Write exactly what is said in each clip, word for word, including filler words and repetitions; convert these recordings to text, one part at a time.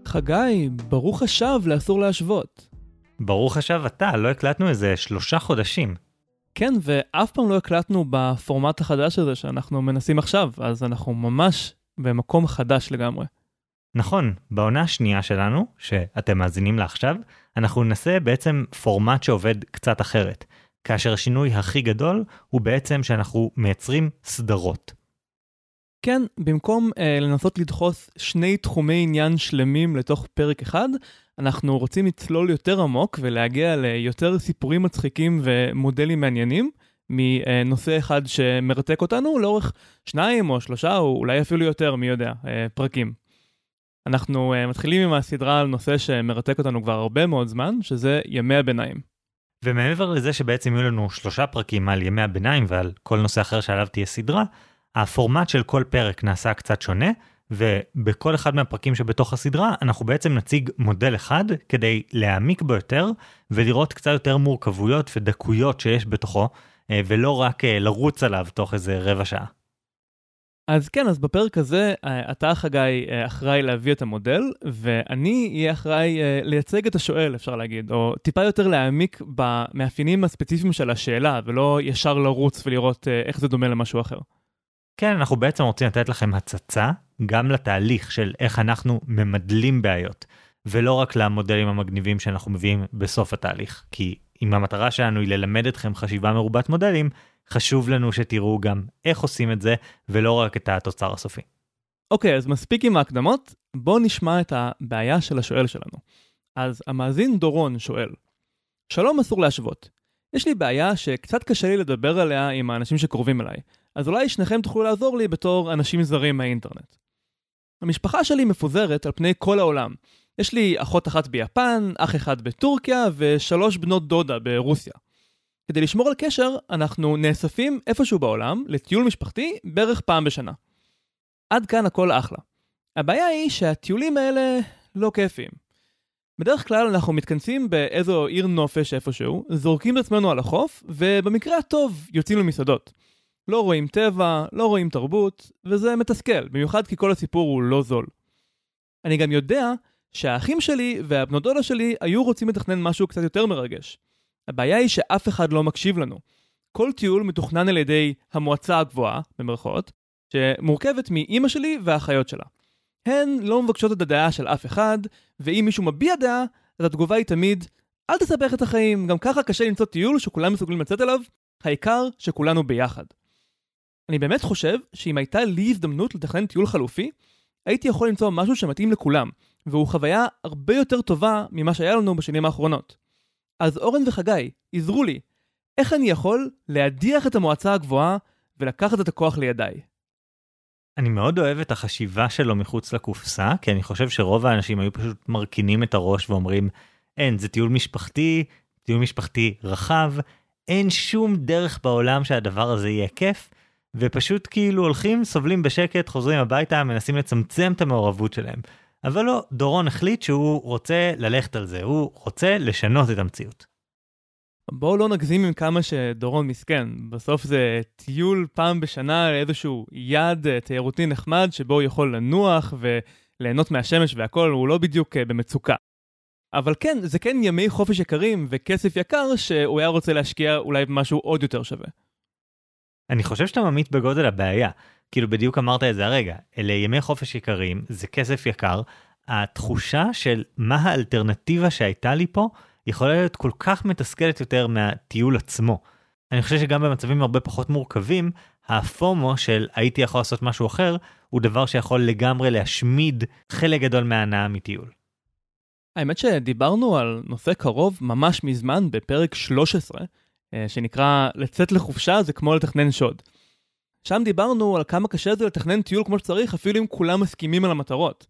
חגי, ברוך השב לאסור להשוות. ברוך השב אתה, לא הקלטנו איזה שלושה חודשים. כן, ואף פעם לא הקלטנו בפורמט החדש הזה שאנחנו מנסים עכשיו, אז אנחנו ממש במקום חדש לגמרי. נכון, בעונה השנייה שלנו, שאתם מאזינים לה עכשיו, אנחנו ננסה בעצם פורמט שעובד קצת אחרת, כאשר השינוי הכי גדול הוא בעצם שאנחנו מייצרים סדרות. כן, במקום אה, לנסות לדחוס שני תחומי עניין שלמים לתוך פרק אחד, אנחנו רוצים לצלול יותר עמוק ולהגיע ליותר סיפורים מצחיקים ומודלים מעניינים, מנושא אחד שמרתק אותנו לאורך שניים או שלושה או אולי אפילו יותר, מי יודע, אה, פרקים. אנחנו uh, מתחילים עם הסדרה על נושא שמרתק אותנו כבר הרבה מאוד זמן, שזה ימי הביניים. ומעבר לזה שבעצם יהיו לנו שלושה פרקים על ימי הביניים ועל כל נושא אחר שעליו תהיה סדרה, הפורמט של כל פרק נעשה קצת שונה, ובכל אחד מהפרקים שבתוך הסדרה אנחנו בעצם נציג מודל אחד כדי להעמיק בו יותר, ולראות קצת יותר מורכבויות ודקויות שיש בתוכו, ולא רק לרוץ עליו תוך איזה רבע שעה. אז כן, אז בפרק הזה, אתה חגי אחראי להביא את המודל, ואני אהיה אחראי לייצג את השואל, אפשר להגיד, או טיפה יותר להעמיק במאפיינים הספציפיים של השאלה, ולא ישר לרוץ ולראות איך זה דומה למשהו אחר. כן, אנחנו בעצם רוצים לתת לכם הצצה, גם לתהליך של איך אנחנו ממדלים בעיות, ולא רק למודלים המגניבים שאנחנו מביאים בסוף התהליך, כי אם המטרה שלנו היא ללמד אתכם חשיבה מרובת מודלים, חשוב לנו שתראו גם איך עושים את זה, ולא רק את התוצר הסופי. אוקיי, אז מספיק עם ההקדמות, בואו נשמע את הבעיה של השואל שלנו. אז המאזין דורון שואל, שלום, אסור להשוות. יש לי בעיה שקצת קשה לי לדבר עליה עם האנשים שקרובים אליי, אז אולי שניכם תוכלו לעזור לי בתור אנשים זרים מהאינטרנט. המשפחה שלי מפוזרת על פני כל העולם. יש לי אחות אחת ביפן, אח אחד בטורקיה ושלוש בנות דודה ברוסיה. כדי לשמור על קשר, אנחנו נאספים איפשהו בעולם לטיול משפחתי בערך פעם בשנה. עד כאן הכל אחלה. הבעיה היא שהטיולים האלה לא כיפים. בדרך כלל אנחנו מתכנסים באיזו עיר נופש איפשהו, זורקים את עצמנו על החוף, ובמקרה הטוב יוצאים למסעדות. לא רואים טבע, לא רואים תרבות, וזה מתסכל, במיוחד כי כל הסיפור הוא לא זול. אני גם יודע שהאחים שלי והבנות דודה שלי היו רוצים לתכנן משהו קצת יותר מרגש. הבעיה היא שאף אחד לא מקשיב לנו. כל טיול מתוכנן על ידי המועצה הגבוהה, במרכאות, שמורכבת מאמא שלי והאחיות שלה. הן לא מבקשות את הדעה של אף אחד, ואם מישהו מביע דעה, אז התגובה היא תמיד, אל תסבך את החיים, גם ככה קשה למצוא טיול שכולם מסוגלים לצאת אליו, העיקר שכולנו ביחד. אני באמת חושב שאם הייתה לי הזדמנות לתכנן טיול חלופי, הייתי יכול למצוא משהו שמתאים לכולם, והוא חוויה הרבה יותר טובה ממה שהיה לנו בשנים האחרונות. אז אורן וחגי, עזרו לי, איך אני יכול להדיח את המועצה הגבוהה ולקחת את הכוח לידיי? אני מאוד אוהב את החשיבה שלו מחוץ לקופסה, כי אני חושב שרוב האנשים היו פשוט מרכינים את הראש ואומרים, אין, זה טיול משפחתי, טיול משפחתי רחב, אין שום דרך בעולם שהדבר הזה יהיה כיף, ופשוט כאילו הולכים, סובלים בשקט, חוזרים הביתה, מנסים לצמצם את המעורבות שלהם. אבל לא, דורון החליט שהוא רוצה ללכת על זה, הוא רוצה לשנות את המציאות. בואו לא נגזים עם כמה שדורון מסכן, בסוף זה טיול פעם בשנה לאיזשהו יעד תיירותי נחמד, שבו הוא יכול לנוח וליהנות מהשמש והכל, הוא לא בדיוק במצוקה. אבל כן, זה כן ימי חופש יקרים וכסף יקר שהוא היה רוצה להשקיע אולי במשהו עוד יותר שווה. אני חושב שאתה ממית בגודל הבעיה. כאילו בדיוק אמרת את זה הרגע, אלה ימי חופש יקרים, זה כסף יקר, התחושה של מה האלטרנטיבה שהייתה לי פה, יכולה להיות כל כך מתסכלת יותר מהטיול עצמו. אני חושב שגם במצבים הרבה פחות מורכבים, הפומו של הייתי יכול לעשות משהו אחר, הוא דבר שיכול לגמרי להשמיד חלק גדול מההנאה מטיול. האמת שדיברנו על נושא קרוב ממש מזמן בפרק שלוש עשרה, שנקרא לצאת לחופשה זה כמו לתכנן שוד. שם דיברנו על כמה קשה זה לתכנן טיול כמו שצריך, אפילו אם כולם מסכימים על המטרות.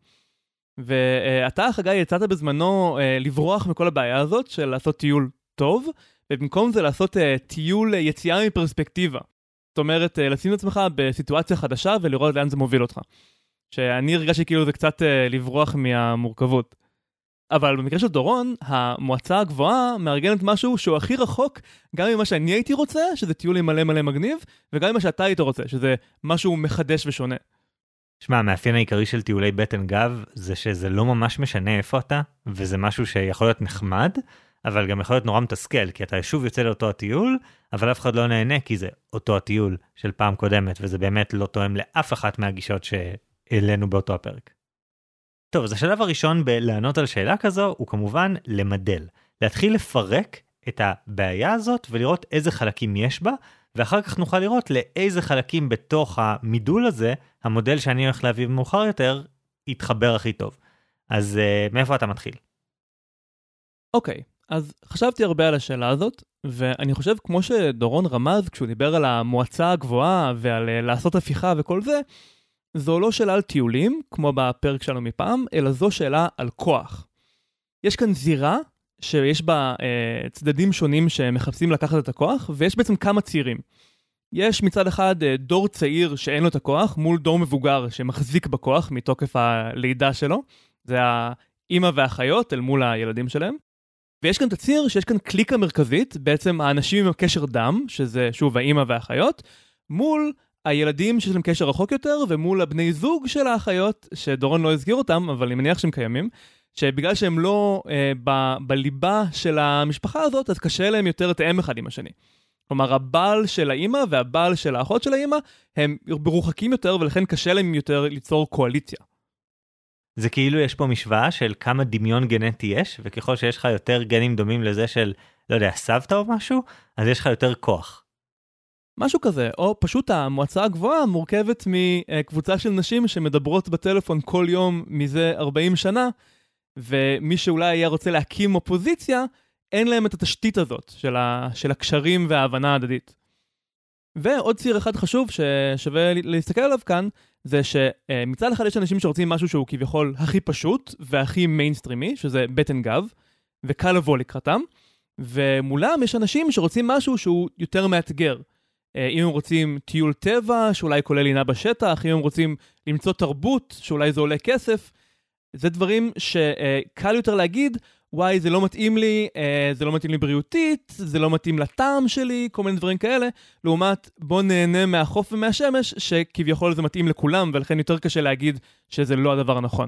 ואתה, חגי, יצאת בזמנו לברוח מכל הבעיה הזאת של לעשות טיול טוב, ובמקום זה לעשות טיול יציאה מפרספקטיבה. זאת אומרת, לשים את עצמך בסיטואציה חדשה ולראות לאן זה מוביל אותך. שאני הרגשתי כאילו זה קצת לברוח מהמורכבות. אבל במקרה של דורון, המועצה הגבוהה מארגנת משהו שהוא הכי רחוק, גם ממה שאני הייתי רוצה, שזה טיול עם מלא מלא מגניב, וגם ממה שאתה היית רוצה, שזה משהו מחדש ושונה. שמע, המאפיין העיקרי של טיולי בטן גב זה שזה לא ממש משנה איפה אתה, וזה משהו שיכול להיות נחמד, אבל גם יכול להיות נורא מתסכל, כי אתה שוב יוצא לאותו הטיול, אבל אף אחד לא נהנה, כי זה אותו הטיול של פעם קודמת, וזה באמת לא תואם לאף אחת מהגישות שהעלינו באותו הפרק. טוב, אז השלב הראשון בלענות על שאלה כזו, הוא כמובן למדל. להתחיל לפרק את הבעיה הזאת, ולראות איזה חלקים יש בה, ואחר כך נוכל לראות לאיזה חלקים בתוך המידול הזה, המודל שאני הולך להביא מאוחר יותר, יתחבר הכי טוב. אז uh, מאיפה אתה מתחיל? אוקיי, okay, אז חשבתי הרבה על השאלה הזאת, ואני חושב כמו שדורון רמז, כשהוא דיבר על המועצה הגבוהה ועל uh, לעשות הפיכה וכל זה, זו לא שאלה על טיולים, כמו בפרק שלנו מפעם, אלא זו שאלה על כוח. יש כאן זירה שיש בה uh, צדדים שונים שמחפשים לקחת את הכוח, ויש בעצם כמה צעירים. יש מצד אחד uh, דור צעיר שאין לו את הכוח, מול דור מבוגר שמחזיק בכוח מתוקף הלידה שלו. זה האמא והאחיות אל מול הילדים שלהם. ויש כאן את הציר שיש כאן קליקה מרכזית, בעצם האנשים עם הקשר דם, שזה שוב האמא והאחיות, מול הילדים שיש להם קשר רחוק יותר, ומול הבני זוג של האחיות, שדורון לא הזכיר אותם, אבל אני מניח שהם קיימים, שבגלל שהם לא אה, ב- בליבה של המשפחה הזאת, אז קשה להם יותר לתאם אחד עם השני. כלומר, הבעל של האמא והבעל של האחות של האמא, הם מרוחקים יותר, ולכן קשה להם יותר ליצור קואליציה. זה כאילו יש פה משוואה של כמה דמיון גנטי יש, וככל שיש לך יותר גנים דומים לזה של, לא יודע, סבתא או משהו, אז יש לך יותר כוח. משהו כזה, או פשוט המועצה הגבוהה מורכבת מקבוצה של נשים שמדברות בטלפון כל יום מזה ארבעים שנה, ומי שאולי היה רוצה להקים אופוזיציה, אין להם את התשתית הזאת של, ה... של הקשרים וההבנה ההדדית. ועוד ציר אחד חשוב ששווה להסתכל עליו כאן, זה שמצד אחד יש אנשים שרוצים משהו שהוא כביכול הכי פשוט והכי מיינסטרימי, שזה בטן גב, וקל לבוא לקראתם, ומולם יש אנשים שרוצים משהו שהוא יותר מאתגר. אם הם רוצים טיול טבע, שאולי כולל לינה בשטח, אם הם רוצים למצוא תרבות, שאולי זה עולה כסף, זה דברים שקל יותר להגיד, וואי, זה לא מתאים לי, זה לא מתאים לי בריאותית, זה לא מתאים לטעם שלי, כל מיני דברים כאלה, לעומת בוא נהנה מהחוף ומהשמש, שכביכול זה מתאים לכולם, ולכן יותר קשה להגיד שזה לא הדבר הנכון.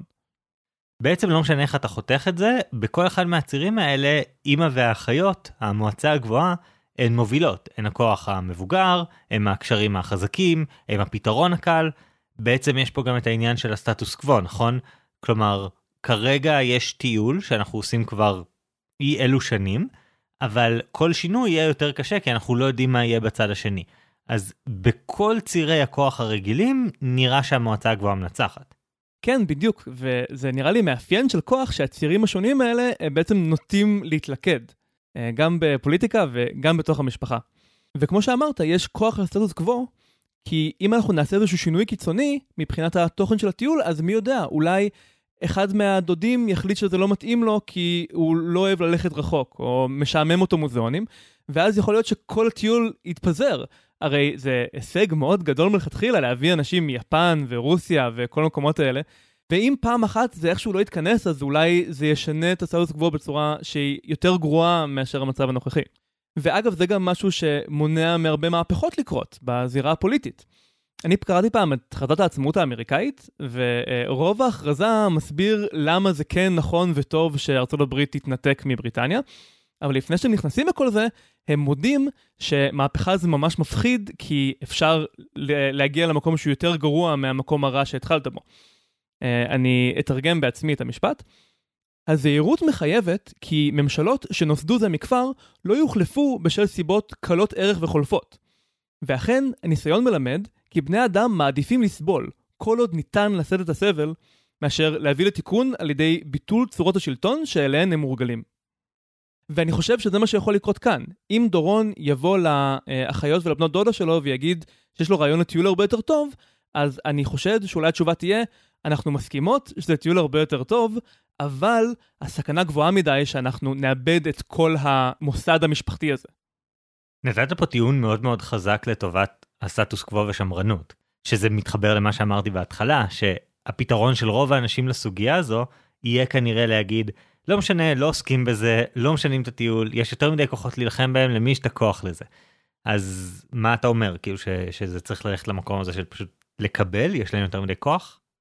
בעצם לא משנה איך אתה חותך את זה, בכל אחד מהצירים האלה, אמא והאחיות, המועצה הגבוהה, הן מובילות, הן הכוח המבוגר, הן הקשרים החזקים, הן הפתרון הקל, בעצם יש פה גם את העניין של הסטטוס קוו, נכון? כלומר, כרגע יש טיול שאנחנו עושים כבר אי אלו שנים, אבל כל שינוי יהיה יותר קשה, כי אנחנו לא יודעים מה יהיה בצד השני. אז בכל צירי הכוח הרגילים, נראה שהמועצה הגבוהה מנצחת. כן, בדיוק, וזה נראה לי מאפיין של כוח שהצירים השונים האלה בעצם נוטים להתלכד, גם בפוליטיקה וגם בתוך המשפחה. וכמו שאמרת, יש כוח לסטטוס קוו, כי אם אנחנו נעשה איזשהו שינוי קיצוני מבחינת התוכן של הטיול, אז מי יודע, אולי אחד מהדודים יחליט שזה לא מתאים לו כי הוא לא אוהב ללכת רחוק, או משעמם אותו מוזיאונים, ואז יכול להיות שכל הטיול יתפזר. הרי זה הישג מאוד גדול מלכתחילה להביא אנשים מיפן ורוסיה וכל המקומות האלה, ואם פעם אחת זה איכשהו לא יתכנס, אז אולי זה ישנה את הסטטוס קוו בצורה שהיא יותר גרועה מאשר המצב הנוכחי. ואגב, זה גם משהו שמונע מהרבה מהפכות לקרות בזירה הפוליטית. אני קראתי פעם את הכרזת העצמאות האמריקאית, ורוב ההכרזה מסביר למה זה כן נכון וטוב שארצות הברית תתנתק מבריטניה, אבל לפני שהם נכנסים לכל זה, הם מודים שמהפכה זה ממש מפחיד, כי אפשר להגיע למקום שהוא יותר גרוע מהמקום הרע שהתחלת בו. אני אתרגם בעצמי את המשפט. הזהירות מחייבת כי ממשלות שנוסדו זה מכפר לא יוחלפו בשל סיבות קלות ערך וחולפות. ואכן, הניסיון מלמד כי בני אדם מעדיפים לסבול, כל עוד ניתן לשאת את הסבל, מאשר להביא לתיקון על ידי ביטול צורות השלטון שאליהן הם מורגלים. ואני חושב שזה מה שיכול לקרות כאן. אם דורון יבוא לאחיות ולבנות דודה שלו ויגיד שיש לו רעיון לטיול הרבה יותר טוב, אז אני חושד שאולי התשובה תהיה, אנחנו מסכימות שזה טיול הרבה יותר טוב, אבל הסכנה גבוהה מדי שאנחנו נאבד את כל המוסד המשפחתי הזה. נתת פה טיעון מאוד מאוד חזק לטובת הסטטוס קוו ושמרנות, שזה מתחבר למה שאמרתי בהתחלה, שהפתרון של רוב האנשים לסוגיה הזו, יהיה כנראה להגיד, לא משנה, לא עוסקים בזה, לא משנים את הטיול, יש יותר מדי כוחות להילחם בהם, למי יש את הכוח לזה. אז מה אתה אומר? כאילו ש, שזה צריך ללכת למקום הזה של פשוט לקבל, יש להם יותר מדי כוח?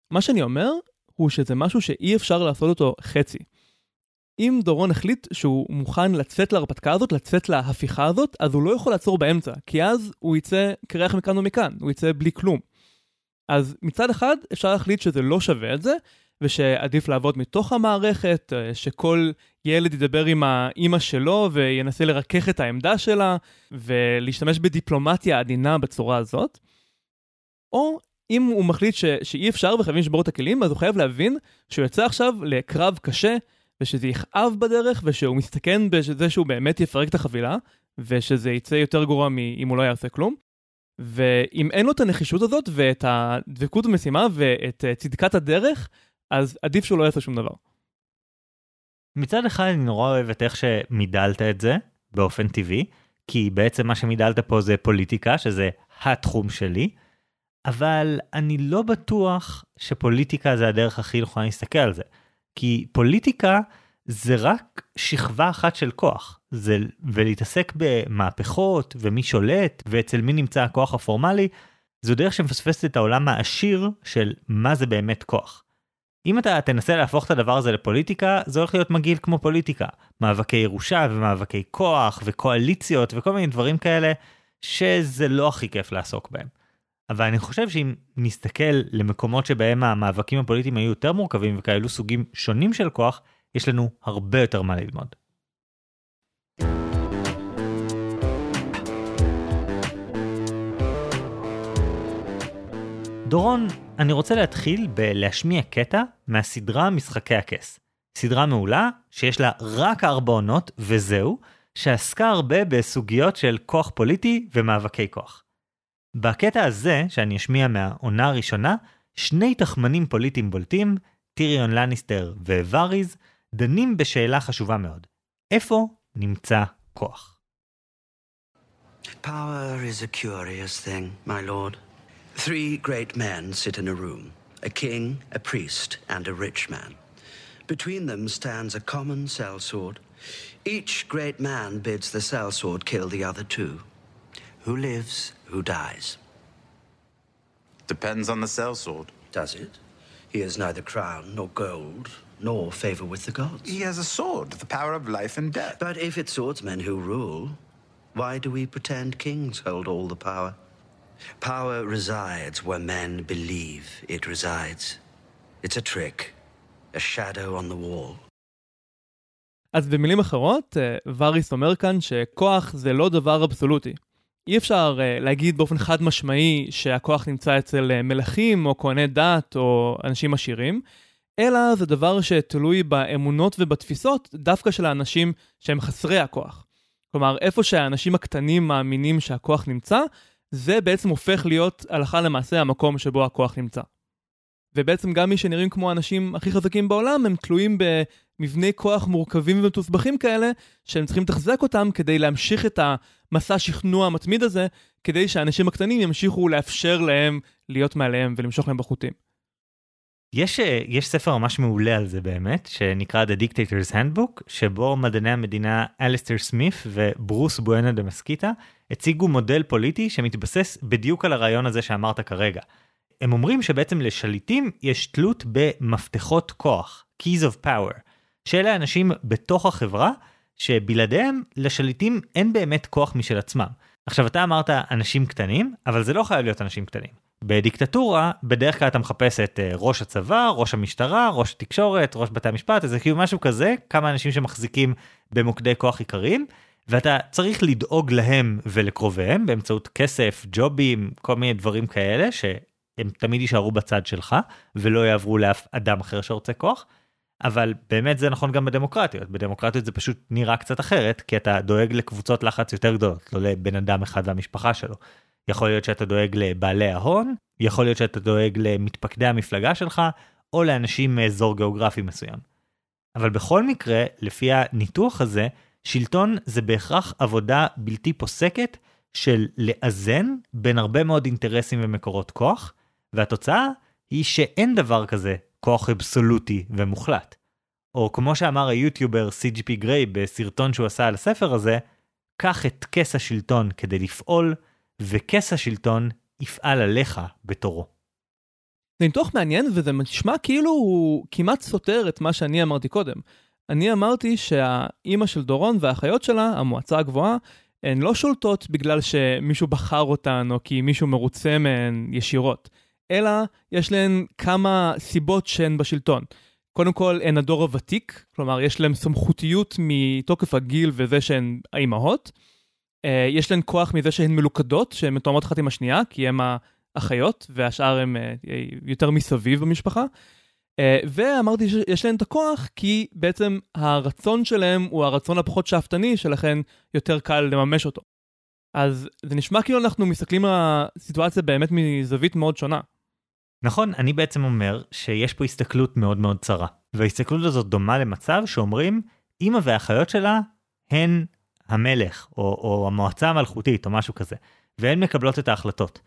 מה שאני אומר הוא שזה משהו שאי אפשר לעשות אותו חצי. אם דורון החליט שהוא מוכן לצאת להרפתקה הזאת, לצאת להפיכה הזאת, אז הוא לא יכול לעצור באמצע, כי אז הוא יצא קרח מכאן ומכאן, הוא יצא בלי כלום. אז מצד אחד אפשר להחליט שזה לא שווה את זה, ושעדיף לעבוד מתוך המערכת, שכל ילד ידבר עם האמא שלו וינסה לרכך את העמדה שלה, ולהשתמש בדיפלומטיה עדינה בצורה הזאת. או אם הוא מחליט ש- שאי אפשר וחייבים לשבור את הכלים, אז הוא חייב להבין שהוא יוצא עכשיו לקרב קשה, ושזה יכאב בדרך, ושהוא מסתכן בזה שהוא באמת יפרק את החבילה, ושזה יצא יותר גרוע מאם הוא לא יעשה כלום. ואם אין לו את הנחישות הזאת, ואת הדבקות במשימה, ואת צדקת הדרך, אז עדיף שהוא לא יעשה שום דבר. מצד אחד אני נורא אוהב את איך שמידלת את זה, באופן טבעי, כי בעצם מה שמידלת פה זה פוליטיקה, שזה התחום שלי, אבל אני לא בטוח שפוליטיקה זה הדרך הכי נכונה להסתכל על זה. כי פוליטיקה זה רק שכבה אחת של כוח, זה, ולהתעסק במהפכות ומי שולט ואצל מי נמצא הכוח הפורמלי, זו דרך שמפספסת את העולם העשיר של מה זה באמת כוח. אם אתה תנסה להפוך את הדבר הזה לפוליטיקה, זה הולך להיות מגעיל כמו פוליטיקה, מאבקי ירושה ומאבקי כוח וקואליציות וכל מיני דברים כאלה, שזה לא הכי כיף לעסוק בהם. אבל אני חושב שאם נסתכל למקומות שבהם המאבקים הפוליטיים היו יותר מורכבים וכאלו סוגים שונים של כוח, יש לנו הרבה יותר מה ללמוד. דורון, אני רוצה להתחיל בלהשמיע קטע מהסדרה משחקי הכס. סדרה מעולה שיש לה רק ארבע עונות וזהו, שעסקה הרבה בסוגיות של כוח פוליטי ומאבקי כוח. בקטע הזה, שאני אשמיע מהעונה הראשונה, שני תחמנים פוליטיים בולטים, טיריון לניסטר ווואריז, דנים בשאלה חשובה מאוד. איפה נמצא כוח? Power is a curious thing, my lord. Three great men sit in a room, a king, a priest, and a rich man. Between them stands a common sellsword. Each great man bids the sellsword kill the other two. Who lives, who dies? Depends on the sellsword. Does it? He has neither crown nor gold, nor favor with the gods. He has a sword, the power of life and death. But if it's swordsmen who rule, why do we pretend kings hold all the power? Power resides where men believe it resides. It's a trick, a shadow on the wall. אז במילים אחרות, ואריס אומר כאן שכוח זה לא דבר אבסולוטי. אי אפשר uh, להגיד באופן חד משמעי שהכוח נמצא אצל uh, מלכים או כהני דת או אנשים עשירים, אלא זה דבר שתלוי באמונות ובתפיסות דווקא של האנשים שהם חסרי הכוח. כלומר, איפה שהאנשים הקטנים מאמינים שהכוח נמצא, זה בעצם הופך להיות הלכה למעשה המקום שבו הכוח נמצא. ובעצם גם מי שנראים כמו האנשים הכי חזקים בעולם, הם תלויים במבני כוח מורכבים ומתוסבכים כאלה, שהם צריכים לתחזק אותם כדי להמשיך את המסע שכנוע המתמיד הזה, כדי שהאנשים הקטנים ימשיכו לאפשר להם להיות מעליהם ולמשוך להם בחוטים. יש, יש ספר ממש מעולה על זה באמת, שנקרא The Dictator's Handbook, שבו מדעני המדינה אליסטר סמית וברוס בואנה דה מסקיטה, הציגו מודל פוליטי שמתבסס בדיוק על הרעיון הזה שאמרת כרגע. הם אומרים שבעצם לשליטים יש תלות במפתחות כוח, keys of power, שאלה אנשים בתוך החברה, שבלעדיהם לשליטים אין באמת כוח משל עצמם. עכשיו אתה אמרת אנשים קטנים, אבל זה לא חייב להיות אנשים קטנים. בדיקטטורה, בדרך כלל אתה מחפש את ראש הצבא, ראש המשטרה, ראש התקשורת, ראש בתי המשפט, זה כאילו משהו כזה, כמה אנשים שמחזיקים במוקדי כוח עיקריים, ואתה צריך לדאוג להם ולקרוביהם, באמצעות כסף, ג'ובים, כל מיני דברים כאלה, שהם תמיד יישארו בצד שלך, ולא יעברו לאף אדם אחר שרוצה כוח, אבל באמת זה נכון גם בדמוקרטיות. בדמוקרטיות זה פשוט נראה קצת אחרת, כי אתה דואג לקבוצות לחץ יותר גדולות, לא לבן אדם אחד והמשפחה שלו. יכול להיות שאתה דואג לבעלי ההון, יכול להיות שאתה דואג למתפקדי המפלגה שלך, או לאנשים מאזור גיאוגרפי מסוים. אבל בכל מקרה, לפי הניתוח הזה, שלטון זה בהכרח עבודה בלתי פוסקת של לאזן בין הרבה מאוד אינטרסים ומקורות כוח, והתוצאה היא שאין דבר כזה כוח אבסולוטי ומוחלט. או כמו שאמר היוטיובר סי ג'י פי גריי בסרטון שהוא עשה על הספר הזה, קח את כס השלטון כדי לפעול, וכס השלטון יפעל עליך בתורו. זה ניתוח מעניין, וזה נשמע כאילו הוא כמעט סותר את מה שאני אמרתי קודם. אני אמרתי שהאימא של דורון והאחיות שלה, המועצה הגבוהה, הן לא שולטות בגלל שמישהו בחר אותן, או כי מישהו מרוצה מהן ישירות, אלא יש להן כמה סיבות שהן בשלטון. קודם כל, הן הדור הוותיק, כלומר, יש להן סמכותיות מתוקף הגיל וזה שהן האימהות. יש להן כוח מזה שהן מלוכדות, שהן מתואמות אחת עם השנייה, כי הן האחיות, והשאר הן יותר מסביב במשפחה. ואמרתי שיש להן את הכוח, כי בעצם הרצון שלהם הוא הרצון הפחות שאפתני, שלכן יותר קל לממש אותו. אז זה נשמע כאילו אנחנו מסתכלים על הסיטואציה באמת מזווית מאוד שונה. נכון, אני בעצם אומר שיש פה הסתכלות מאוד מאוד צרה. וההסתכלות הזאת דומה למצב שאומרים, אמא והאחיות שלה הן המלך, או, או המועצה המלכותית, או משהו כזה. והן מקבלות את ההחלטות.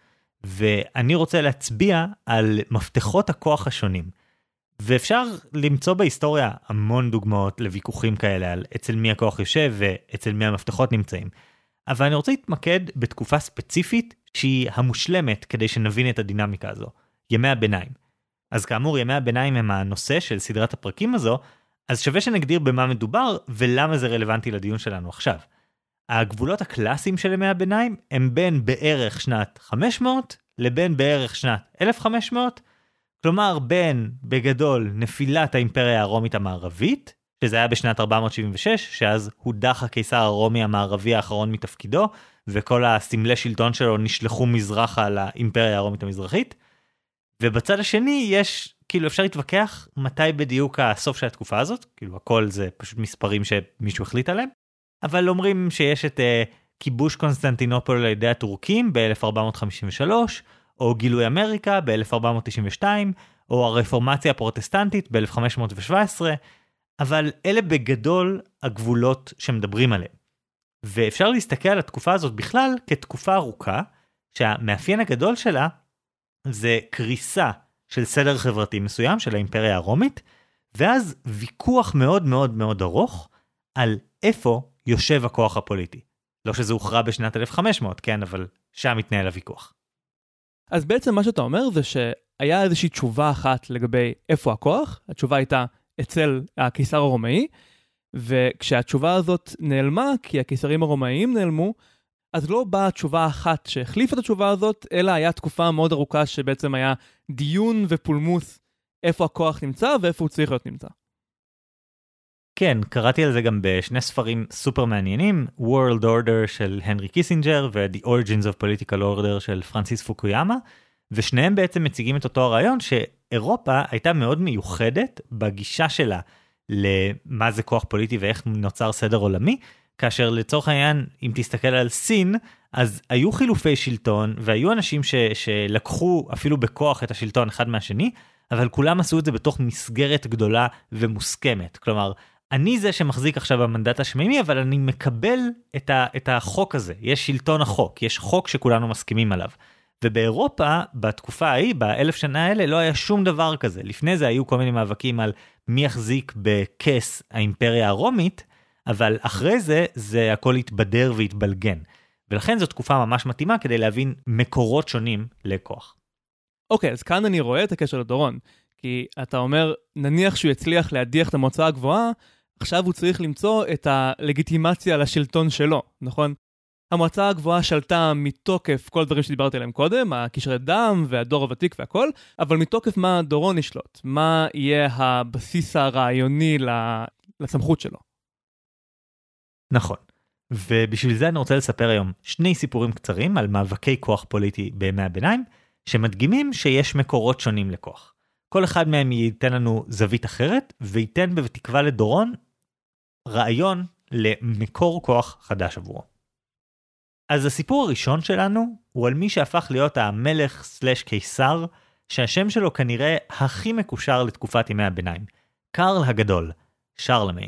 ואני רוצה להצביע על מפתחות הכוח השונים. ואפשר למצוא בהיסטוריה המון דוגמאות לוויכוחים כאלה, על אצל מי הכוח יושב ואצל מי המפתחות נמצאים. אבל אני רוצה להתמקד בתקופה ספציפית שהיא המושלמת כדי שנבין את הדינמיקה הזו. ימי הביניים. אז כאמור, ימי הביניים הם הנושא של סדרת הפרקים הזו, אז שווה שנגדיר במה מדובר ולמה זה רלוונטי לדיון שלנו עכשיו. הגבולות הקלאסיים של ימי הביניים הם בין בערך שנת חמש מאות לבין בערך שנת אלף וחמש מאות, כלומר בין בגדול נפילת האימפריה הרומית המערבית, שזה היה בשנת ארבע מאות שבעים ושש, שאז הודח הקיסר הרומי המערבי האחרון מתפקידו, וכל הסמלי שלטון שלו נשלחו מזרחה לאימפריה הרומית המזרחית, ובצד השני יש, כאילו אפשר להתווכח מתי בדיוק הסוף של התקופה הזאת, כאילו הכל זה פשוט מספרים שמישהו החליט עליהם, אבל אומרים שיש את uh, כיבוש קונסטנטינופול על ידי הטורקים ב-אלף ארבע מאות חמישים ושלוש, או גילוי אמריקה ב-אלף ארבע מאות תשעים ושתיים, או הרפורמציה הפרוטסטנטית ב-אלף חמש מאות שבע עשרה, אבל אלה בגדול הגבולות שמדברים עליהם. ואפשר להסתכל על התקופה הזאת בכלל כתקופה ארוכה, שהמאפיין הגדול שלה זה קריסה של סדר חברתי מסוים של האימפריה הרומית, ואז ויכוח מאוד מאוד מאוד ארוך על איפה יושב הכוח הפוליטי. לא שזה הוכרע בשנת אלף וחמש מאות, כן, אבל שם מתנהל הוויכוח. אז בעצם מה שאתה אומר זה שהיה איזושהי תשובה אחת לגבי איפה הכוח, התשובה הייתה אצל הקיסר הרומאי, וכשהתשובה הזאת נעלמה, כי הקיסרים הרומאיים נעלמו, אז לא באה תשובה אחת שהחליפה את התשובה הזאת, אלא היה תקופה מאוד ארוכה שבעצם היה דיון ופולמוס איפה הכוח נמצא ואיפה הוא צריך להיות נמצא. כן, קראתי על זה גם בשני ספרים סופר מעניינים, World Order של הנרי קיסינג'ר ו-The Origins of Political Order של פרנסיס פוקויאמה, ושניהם בעצם מציגים את אותו הרעיון שאירופה הייתה מאוד מיוחדת בגישה שלה למה זה כוח פוליטי ואיך נוצר סדר עולמי, כאשר לצורך העניין, אם תסתכל על סין, אז היו חילופי שלטון, והיו אנשים ש, שלקחו אפילו בכוח את השלטון אחד מהשני, אבל כולם עשו את זה בתוך מסגרת גדולה ומוסכמת. כלומר, אני זה שמחזיק עכשיו במנדט השמימי, אבל אני מקבל את, ה, את החוק הזה. יש שלטון החוק, יש חוק שכולנו מסכימים עליו. ובאירופה, בתקופה ההיא, באלף שנה האלה, לא היה שום דבר כזה. לפני זה היו כל מיני מאבקים על מי יחזיק בכס האימפריה הרומית, אבל אחרי זה, זה הכל התבדר והתבלגן. ולכן זו תקופה ממש מתאימה כדי להבין מקורות שונים לכוח. אוקיי, אז כאן אני רואה את הקשר לדורון. כי אתה אומר, נניח שהוא יצליח להדיח את המועצה הגבוהה, עכשיו הוא צריך למצוא את הלגיטימציה לשלטון שלו, נכון? המועצה הגבוהה שלטה מתוקף כל הדברים שדיברתי עליהם קודם, הקשרי דם והדור הוותיק והכל, אבל מתוקף מה דורון ישלוט? מה יהיה הבסיס הרעיוני לסמכות שלו? נכון. ובשביל זה אני רוצה לספר היום שני סיפורים קצרים על מאבקי כוח פוליטי בימי הביניים, שמדגימים שיש מקורות שונים לכוח. כל אחד מהם ייתן לנו זווית אחרת, וייתן בתקווה לדורון רעיון למקור כוח חדש עבורו. אז הסיפור הראשון שלנו הוא על מי שהפך להיות המלך סלש קיסר, שהשם שלו כנראה הכי מקושר לתקופת ימי הביניים, קרל הגדול, שרלמיין.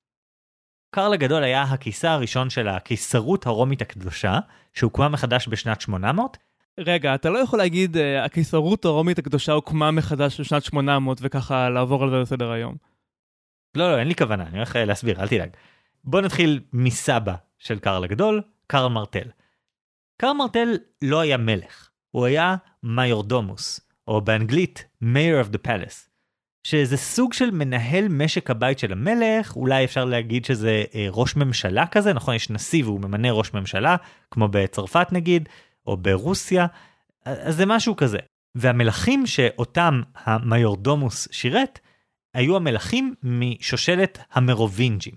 קרל הגדול היה הקיסר הראשון של הקיסרות הרומית הקדושה, שהוקמה מחדש בשנת שמונה מאות. רגע, אתה לא יכול להגיד, הקיסרות הרומית הקדושה הוקמה מחדש בשנת שמונה מאות, וככה לעבור על זה לסדר היום. לא, לא, אין לי כוונה, אני הולך להסביר, אל תדאג. בוא נתחיל מסבא של קרל הגדול, קרל מרטל. קרל מרטל לא היה מלך, הוא היה מיורדומוס, או באנגלית Mayor of the Palace, שזה סוג של מנהל משק הבית של המלך, אולי אפשר להגיד שזה אה, ראש ממשלה כזה, נכון? יש נשיא והוא ממנה ראש ממשלה, כמו בצרפת נגיד, או ברוסיה, אז זה משהו כזה. והמלכים שאותם המיורדומוס שירת, היו המלכים משושלת המרובינג'ים,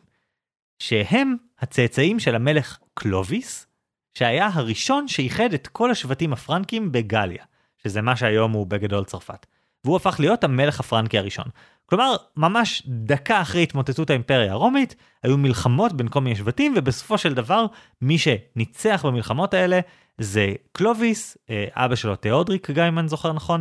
שהם הצאצאים של המלך קלוביס, שהיה הראשון שאיחד את כל השבטים הפרנקים בגליה, שזה מה שהיום הוא בגדול צרפת. והוא הפך להיות המלך הפרנקי הראשון. כלומר, ממש דקה אחרי התמוטטות האימפריה הרומית, היו מלחמות בין כל מיני שבטים, ובסופו של דבר, מי שניצח במלחמות האלה, זה קלוביס, אבא שלו תיאודריק, גם אם אני זוכר נכון,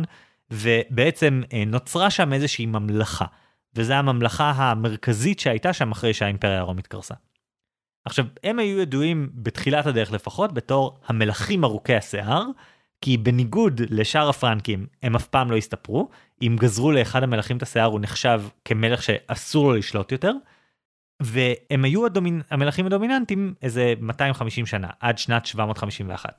ובעצם נוצרה שם איזושהי ממלכה, וזו הממלכה המרכזית שהייתה שם אחרי שהאימפריה הרומית קרסה. עכשיו, הם היו ידועים בתחילת הדרך לפחות, בתור המלכים ארוכי השיער, כי בניגוד לשאר הפרנקים, הם אף פעם לא הסתפרו. אם גזרו לאחד המלכים את השיער, הוא נחשב כמלך שאסור לו לשלוט יותר, והם היו הדומינ... המלכים הדומיננטיים איזה מאתיים וחמישים שנה, עד שנת שבע מאות חמישים ואחת.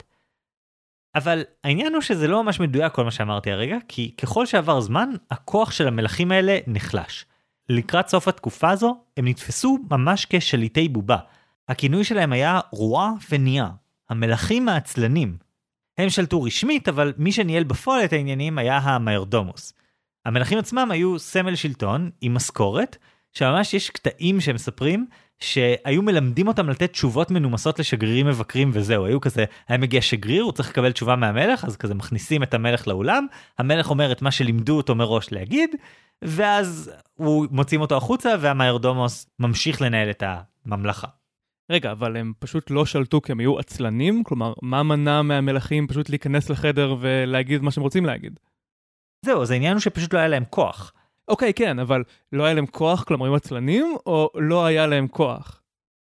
אבל העניין הוא שזה לא ממש מדויק כל מה שאמרתי הרגע, כי ככל שעבר זמן, הכוח של המלכים האלה נחלש. לקראת סוף התקופה הזו, הם נתפסו ממש כשליטי בובה. הכינוי שלהם היה רואה וניה, המלכים העצלנים. הם שלטו רשמית, אבל מי שניהל בפועל את העניינים היה המיירדומוס. המלכים עצמם היו סמל שלטון עם משכורת, שממש יש קטעים שהם מספרים שהיו מלמדים אותם לתת תשובות מנומסות לשגרירים מבקרים וזהו, היו כזה, היה מגיע שגריר, הוא צריך לקבל תשובה מהמלך, אז כזה מכניסים את המלך לאולם, המלך אומר את מה שלימדו אותו מראש להגיד, ואז הוא מוצאים אותו החוצה, והמיירדומוס ממשיך לנהל את הממלכה. רגע, אבל הם פשוט לא שלטו כי הם היו עצלנים? כלומר, מה מנע מהמלכים פשוט להיכנס לחדר ולהגיד מה שהם רוצים להגיד? זהו, אז העניין הוא שפשוט לא היה להם כוח. אוקיי, כן, אבל לא היה להם כוח, כלומר, הם עצלנים, או לא היה להם כוח?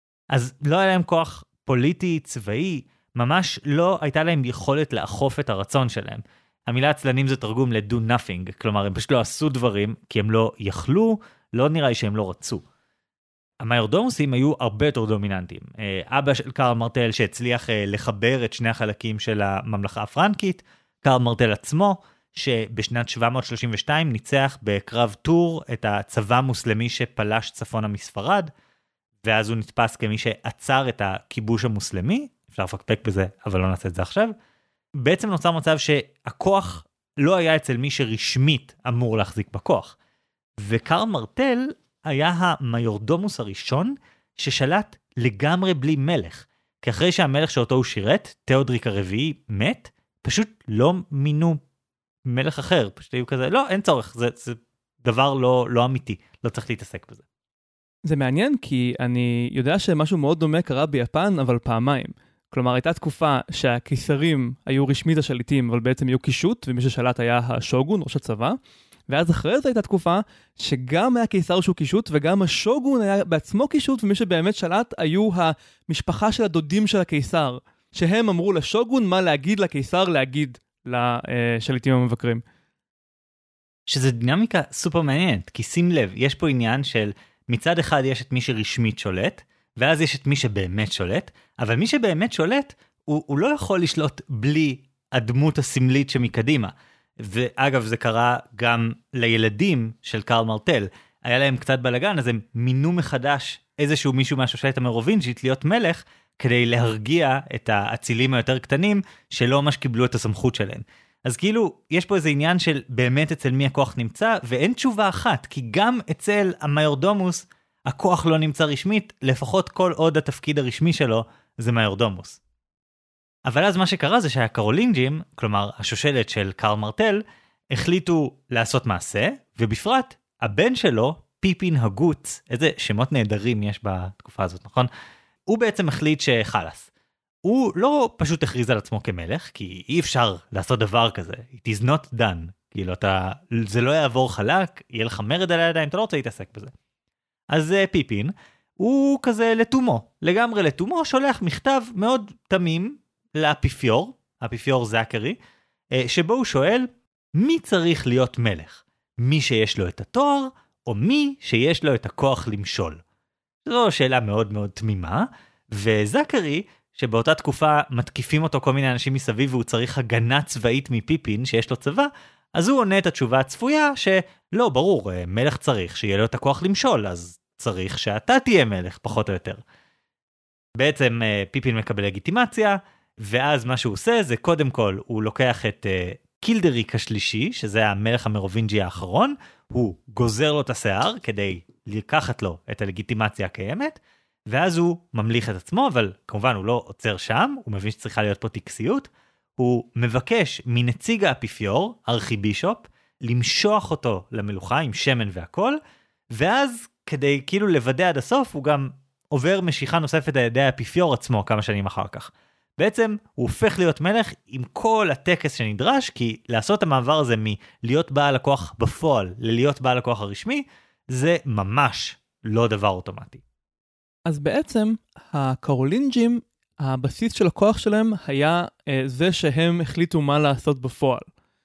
אז לא היה להם כוח פוליטי, צבאי, ממש לא הייתה להם יכולת לאכוף את הרצון שלהם. המילה עצלנים זה תרגום ל-do nothing, כלומר, הם פשוט לא עשו דברים, כי הם לא יכלו, לא נראה לי שהם לא רצו. המיירדומוסים היו הרבה יותר דומיננטיים. אבא של קרל מרטל שהצליח לחבר את שני החלקים של הממלכה הפרנקית, קרל מרטל עצמו, שבשנת שבע מאות שלושים ושתיים ניצח בקרב טור את הצבא המוסלמי שפלש צפונה מספרד, ואז הוא נתפס כמי שעצר את הכיבוש המוסלמי, אפשר לפקפק בזה, אבל לא נעשה את זה עכשיו. בעצם נוצר מצב שהכוח לא היה אצל מי שרשמית אמור להחזיק בכוח. וקרל מרטל היה המיירדומוס הראשון ששלט לגמרי בלי מלך. כי אחרי שהמלך שאותו הוא שירת, תיאודריק הרביעי, מת, פשוט לא מינו מלך אחר. פשוט היו כזה, לא, אין צורך, זה, זה דבר לא, לא אמיתי, לא צריך להתעסק בזה. זה מעניין כי אני יודע שמשהו מאוד דומה קרה ביפן, אבל פעמיים. כלומר, הייתה תקופה שהקיסרים היו רשמית השליטים, אבל בעצם היו קישוט, ומי ששלט היה השוגון, ראש הצבא. ואז אחרי זה הייתה תקופה שגם היה קיסר שהוא קישוט, וגם השוגון היה בעצמו קישוט, ומי שבאמת שלט היו המשפחה של הדודים של הקיסר, שהם אמרו לשוגון מה להגיד לקיסר להגיד לשליטים המבקרים. שזה דינמיקה סופר מעניינת, כי שים לב, יש פה עניין של מצד אחד יש את מי שרשמית שולט, ואז יש את מי שבאמת שולט, אבל מי שבאמת שולט, הוא, הוא לא יכול לשלוט בלי הדמות הסמלית שמקדימה. ואגב, זה קרה גם לילדים של קרל מרטל. היה להם קצת בלגן, אז הם מינו מחדש איזשהו מישהו מהשושלת המרובינג'ית להיות מלך, כדי להרגיע את האצילים היותר קטנים, שלא ממש קיבלו את הסמכות שלהם. אז כאילו, יש פה איזה עניין של באמת אצל מי הכוח נמצא, ואין תשובה אחת, כי גם אצל המיירדומוס, הכוח לא נמצא רשמית, לפחות כל עוד התפקיד הרשמי שלו, זה מיירדומוס. אבל אז מה שקרה זה שהקרולינג'ים, כלומר השושלת של קרל מרטל, החליטו לעשות מעשה, ובפרט הבן שלו, פיפין הגוץ, איזה שמות נהדרים יש בתקופה הזאת, נכון? הוא בעצם החליט שחלס. הוא לא פשוט הכריז על עצמו כמלך, כי אי אפשר לעשות דבר כזה. It is not done. כאילו אתה, זה לא יעבור חלק, יהיה לך מרד על הידיים, אתה לא רוצה להתעסק בזה. אז פיפין, הוא כזה לתומו, לגמרי לתומו, שולח מכתב מאוד תמים, לאפיפיור, האפיפיור זקרי, שבו הוא שואל, מי צריך להיות מלך? מי שיש לו את התואר, או מי שיש לו את הכוח למשול? זו שאלה מאוד מאוד תמימה, וזקרי, שבאותה תקופה מתקיפים אותו כל מיני אנשים מסביב, והוא צריך הגנה צבאית מפיפין, שיש לו צבא, אז הוא עונה את התשובה הצפויה שלא, ברור, מלך צריך שיהיה לו את הכוח למשול, אז צריך שאתה תהיה מלך, פחות או יותר. בעצם פיפין מקבל לגיטימציה, ואז מה שהוא עושה זה קודם כל, הוא לוקח את קילדריק השלישי, שזה המלך המרובינג'י האחרון, הוא גוזר לו את השיער כדי לקחת לו את הלגיטימציה הקיימת, ואז הוא ממליך את עצמו, אבל כמובן הוא לא עוצר שם, הוא מבין שצריכה להיות פה טקסיות, הוא מבקש מנציג האפיפיור, ארכיבישופ, למשוח אותו למלוכה עם שמן והכל, ואז כדי כאילו לוודא עד הסוף, הוא גם עובר משיכה נוספת על ידי האפיפיור עצמו כמה שנים אחר כך. בעצם הוא הופך להיות מלך עם כל הטקס שנדרש, כי לעשות את המעבר הזה מלהיות בעל הכוח בפועל ללהיות בעל הכוח הרשמי, זה ממש לא דבר אוטומטי. אז בעצם הקרולינג'ים, הבסיס של הכוח שלהם היה אה, זה שהם החליטו מה לעשות בפועל.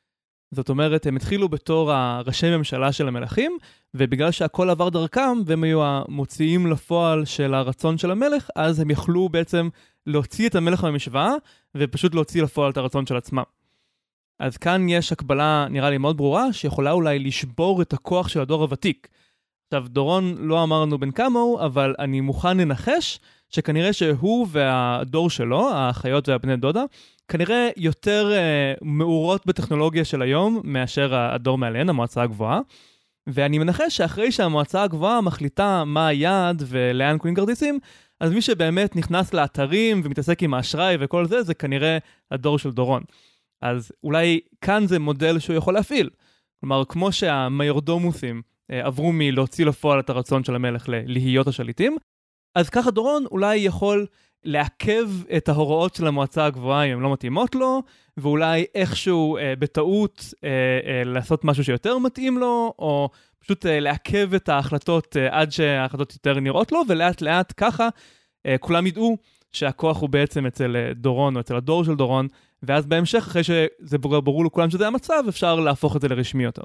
זאת אומרת, הם התחילו בתור הראשי ממשלה של המלכים, ובגלל שהכל עבר דרכם, והם היו המוציאים לפועל של הרצון של המלך, אז הם יכלו בעצם להוציא את המלך מהמשוואה, ופשוט להוציא לפועל את הרצון של עצמם. אז כאן יש הקבלה, נראה לי מאוד ברורה, שיכולה אולי לשבור את הכוח של הדור הוותיק. עכשיו, דורון לא אמרנו בין כמה הוא, אבל אני מוכן לנחש שכנראה שהוא והדור שלו, האחיות והבני דודה, כנראה יותר uh, מאורות בטכנולוגיה של היום, מאשר הדור מעליהן, המועצה הגבוהה. ואני מנחש שאחרי שהמועצה הגבוהה מחליטה מה היעד ולאן קונים כרטיסים, אז מי שבאמת נכנס לאתרים ומתעסק עם האשראי וכל זה, זה כנראה הדור של דורון. אז אולי כאן זה מודל שהוא יכול להפעיל. כלומר, כמו שהמיירדומוסים uh, עברו מלהוציא לפועל את הרצון של המלך להיות השליטים, אז ככה דורון אולי יכול לעכב את ההוראות של המועצה הגבוהה אם הן לא מתאימות לו, ואולי איכשהו אה, בטעות אה, אה, לעשות משהו שיותר מתאים לו, או פשוט אה, לעכב את ההחלטות אה, עד שההחלטות יותר נראות לו, ולאט לאט ככה אה, כולם ידעו שהכוח הוא בעצם אצל אה, דורון או אצל הדור של דורון, ואז בהמשך אחרי שזה ברור, ברור לכולם שזה המצב, אפשר להפוך את זה לרשמי יותר.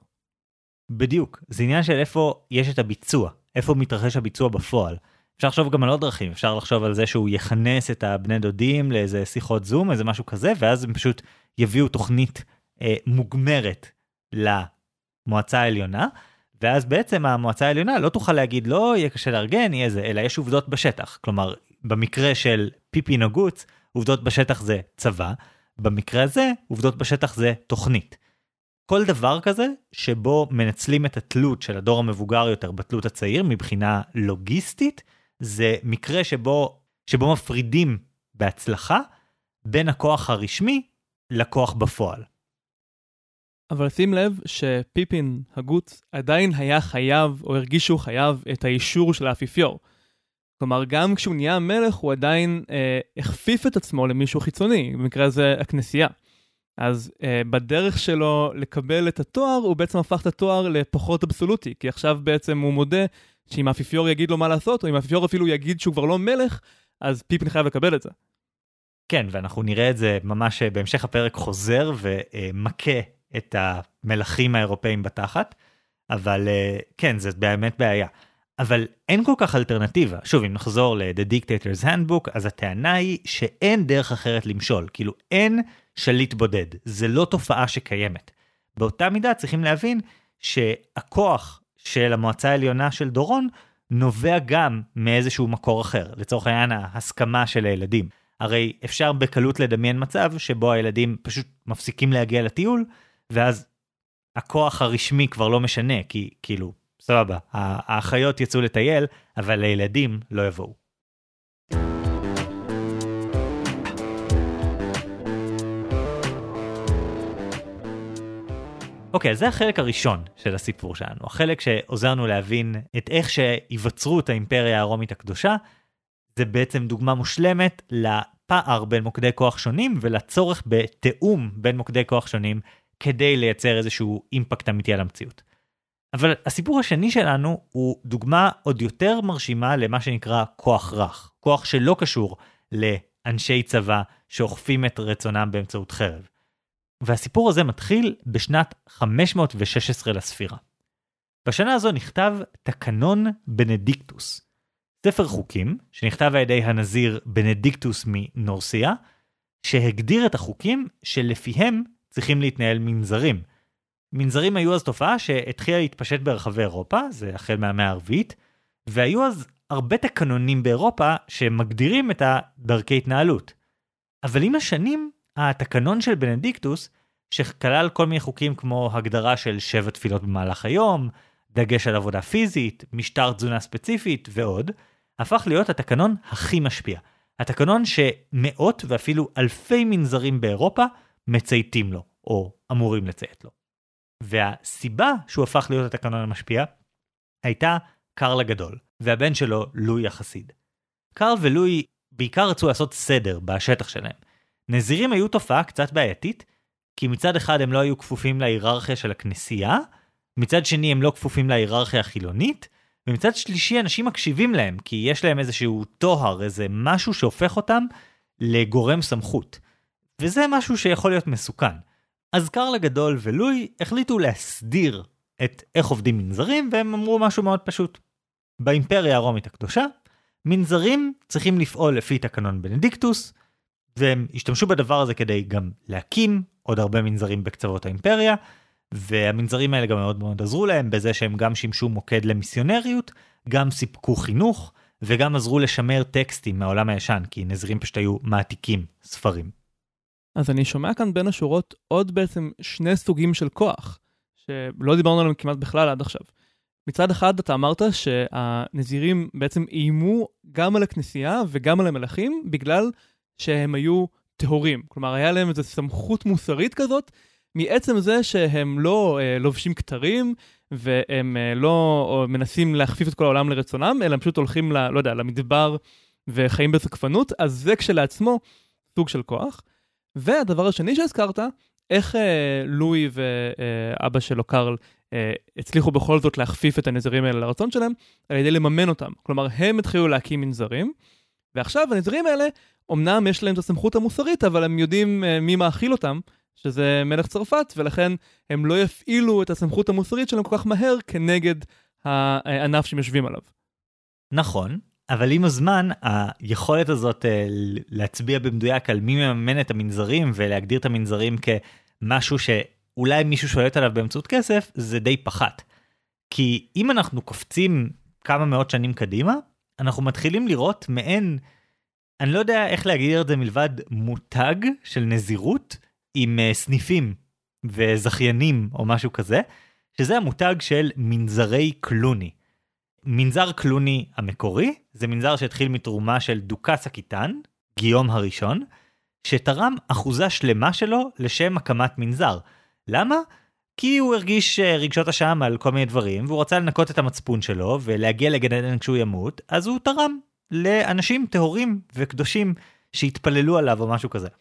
בדיוק, זה עניין של איפה יש את הביצוע, איפה מתרחש הביצוע בפועל. אפשר לחשוב גם על עוד דרכים, אפשר לחשוב על זה שהוא יכנס את הבני דודים לאיזה שיחות זום, איזה משהו כזה, ואז הם פשוט יביאו תוכנית אה, מוגמרת למועצה העליונה, ואז בעצם המועצה העליונה לא תוכל להגיד, לא יהיה קשה לארגן, יהיה זה, אלא יש עובדות בשטח. כלומר, במקרה של פיפין הגוץ, עובדות בשטח זה צבא, במקרה הזה, עובדות בשטח זה תוכנית. כל דבר כזה שבו מנצלים את התלות של הדור המבוגר יותר בתלות הצעיר מבחינה לוגיסטית, זה מקרה שבו, שבו מפרידים בהצלחה בין הכוח הרשמי לכוח בפועל. אבל שים לב שפיפין הגוץ עדיין היה חייב, או הרגיש שהוא חייב, את האישור של האפיפיור. כלומר, גם כשהוא נהיה מלך, הוא עדיין אה, הכפיף את עצמו למישהו חיצוני, במקרה הזה הכנסייה. אז אה, בדרך שלו לקבל את התואר, הוא בעצם הפך את התואר לפחות אבסולוטי, כי עכשיו בעצם הוא מודה שאם האפיפיור יגיד לו מה לעשות, או אם האפיפיור אפילו יגיד שהוא כבר לא מלך, אז פיפין חייב לקבל את זה. כן, ואנחנו נראה את זה ממש בהמשך הפרק חוזר ומכה את המלכים האירופאים בתחת, אבל כן, זה באמת בעיה. אבל אין כל כך אלטרנטיבה. שוב, אם נחזור ל-The Dictator's Handbook, אז הטענה היא שאין דרך אחרת למשול. כאילו, אין שליט בודד. זה לא תופעה שקיימת. באותה מידה צריכים להבין שהכוח של המועצה העליונה של דורון נובע גם מאיזשהו מקור אחר. לצורך העניין, ההסכמה של הילדים. הרי אפשר בקלות לדמיין מצב שבו הילדים פשוט מפסיקים להגיע לטיול, ואז הכוח הרשמי כבר לא משנה, כי כאילו, סבבה, האחיות יצאו לטייל, אבל הילדים לא יבואו. אוקיי, זה החלק הראשון של הסיפור שלנו, החלק שעוזרנו להבין את איך שיווצרו את האימפריה הרומית הקדושה, זה בעצם דוגמה מושלמת לפער בין מוקדי כוח שונים, ולצורך בתאום בין מוקדי כוח שונים, כדי לייצר איזשהו אימפקט אמיתי על המציאות. אבל הסיפור השני שלנו הוא דוגמה עוד יותר מרשימה למה שנקרא כוח רך, כוח שלא קשור לאנשי צבא שאוכפים את רצונם באמצעות חרב. והסיפור הזה מתחיל בשנת חמש מאות ושש עשרה לספירה. בשנה הזו נכתב תקנון בנדיקטוס, ספר חוקים שנכתב על ידי הנזיר בנדיקטוס מנורסיה, שהגדיר את החוקים שלפיהם צריכים להתנהל מנזרים. מנזרים היו אז תופעה שהתחילה להתפשט ברחבי אירופה, זה החל מהמאה הרביעית, והיו אז הרבה תקנונים באירופה שמגדירים את הדרכי התנהלות. אבל עם השנים, התקנון של בנדיקטוס, שכלל כל מיני חוקים כמו הגדרה של שבע תפילות במהלך היום, דגש על עבודה פיזית, משטר תזונה ספציפית ועוד, הפך להיות התקנון הכי משפיע. התקנון שמאות ואפילו אלפי מנזרים באירופה מצייתים לו, או אמורים לציית לו. והסיבה שהוא הפך להיות התקנון המשפיע, הייתה קרל הגדול, והבן שלו לואי החסיד. קרל ולואי בעיקר רצו לעשות סדר בשטח שלהם. נזירים היו תופעה קצת בעייתית, כי מצד אחד הם לא היו כפופים להיררכיה של הכנסייה, מצד שני הם לא כפופים להיררכיה החילונית, ומצד שלישי אנשים מקשיבים להם, כי יש להם איזשהו תוהר, איזה משהו שהופך אותם לגורם סמכות. וזה משהו שיכול להיות מסוכן. אז קרל הגדול ולואי החליטו להסדיר את איך עובדים מנזרים, והם אמרו משהו מאוד פשוט. באימפריה הרומית הקדושה, מנזרים צריכים לפעול לפי תקנון בנדיקטוס, והם השתמשו בדבר הזה כדי גם להקים עוד הרבה מנזרים בקצוות האימפריה, והמנזרים האלה גם מאוד מאוד עזרו להם בזה שהם גם שימשו מוקד למיסיונריות, גם סיפקו חינוך, וגם עזרו לשמר טקסטים מהעולם הישן, כי נזירים פשוט היו מעתיקים ספרים. אז אני שומע כאן בין השורות עוד בעצם שני סוגים של כוח, שלא דיברנו עליהם כמעט בכלל עד עכשיו. מצד אחד אתה אמרת שהנזירים בעצם איימו גם על הכנסייה וגם על המלכים, בגלל שהם היו טהורים. כלומר, היה להם איזו סמכות מוסרית כזאת, מעצם זה שהם לא אה, לובשים כתרים, והם אה, לא מנסים להכפיף את כל העולם לרצונם, אלא הם פשוט הולכים ל, לא יודע, למדבר וחיים בסקפנות, אז זה כשלעצמו סוג של כוח. והדבר השני שהזכרת, איך אה, לואי ואבא שלו קרל אה, הצליחו בכל זאת להכפיף את הנזרים האלה לרצון שלהם, על ידי לממן אותם. כלומר, הם התחילו להקים מנזרים, ועכשיו הנזרים האלה, אמנם יש להם את הסמכות המוסרית, אבל הם יודעים אה, מי מאכיל אותם, שזה מלך צרפת, ולכן הם לא יפעילו את הסמכות המוסרית שלהם כל כך מהר כנגד הענף שהם יושבים עליו. נכון, אבל עם הזמן, היכולת הזאת להצביע במדויק על מי מממן את המנזרים, ולהגדיר את המנזרים כמשהו שאולי מישהו שולט עליו באמצעות כסף, זה די פחת. כי אם אנחנו קופצים כמה מאות שנים קדימה, אנחנו מתחילים לראות מעין, אני לא יודע איך להגדיר את זה מלבד מותג של נזירות, עם סניפים וזכיינים או משהו כזה, שזה המותג של מנזרי קלוני. מנזר קלוני המקורי, זה מנזר שהתחיל מתרומה של דוכס הקיטן, גיום הראשון, שתרם אחוזה שלמה שלו לשם הקמת מנזר. למה? כי הוא הרגיש רגשות אשם על כל מיני דברים, והוא רצה לנקות את המצפון שלו ולהגיע לגן עדן כשהוא ימות, אז הוא תרם לאנשים טהורים וקדושים שהתפללו עליו או משהו כזה.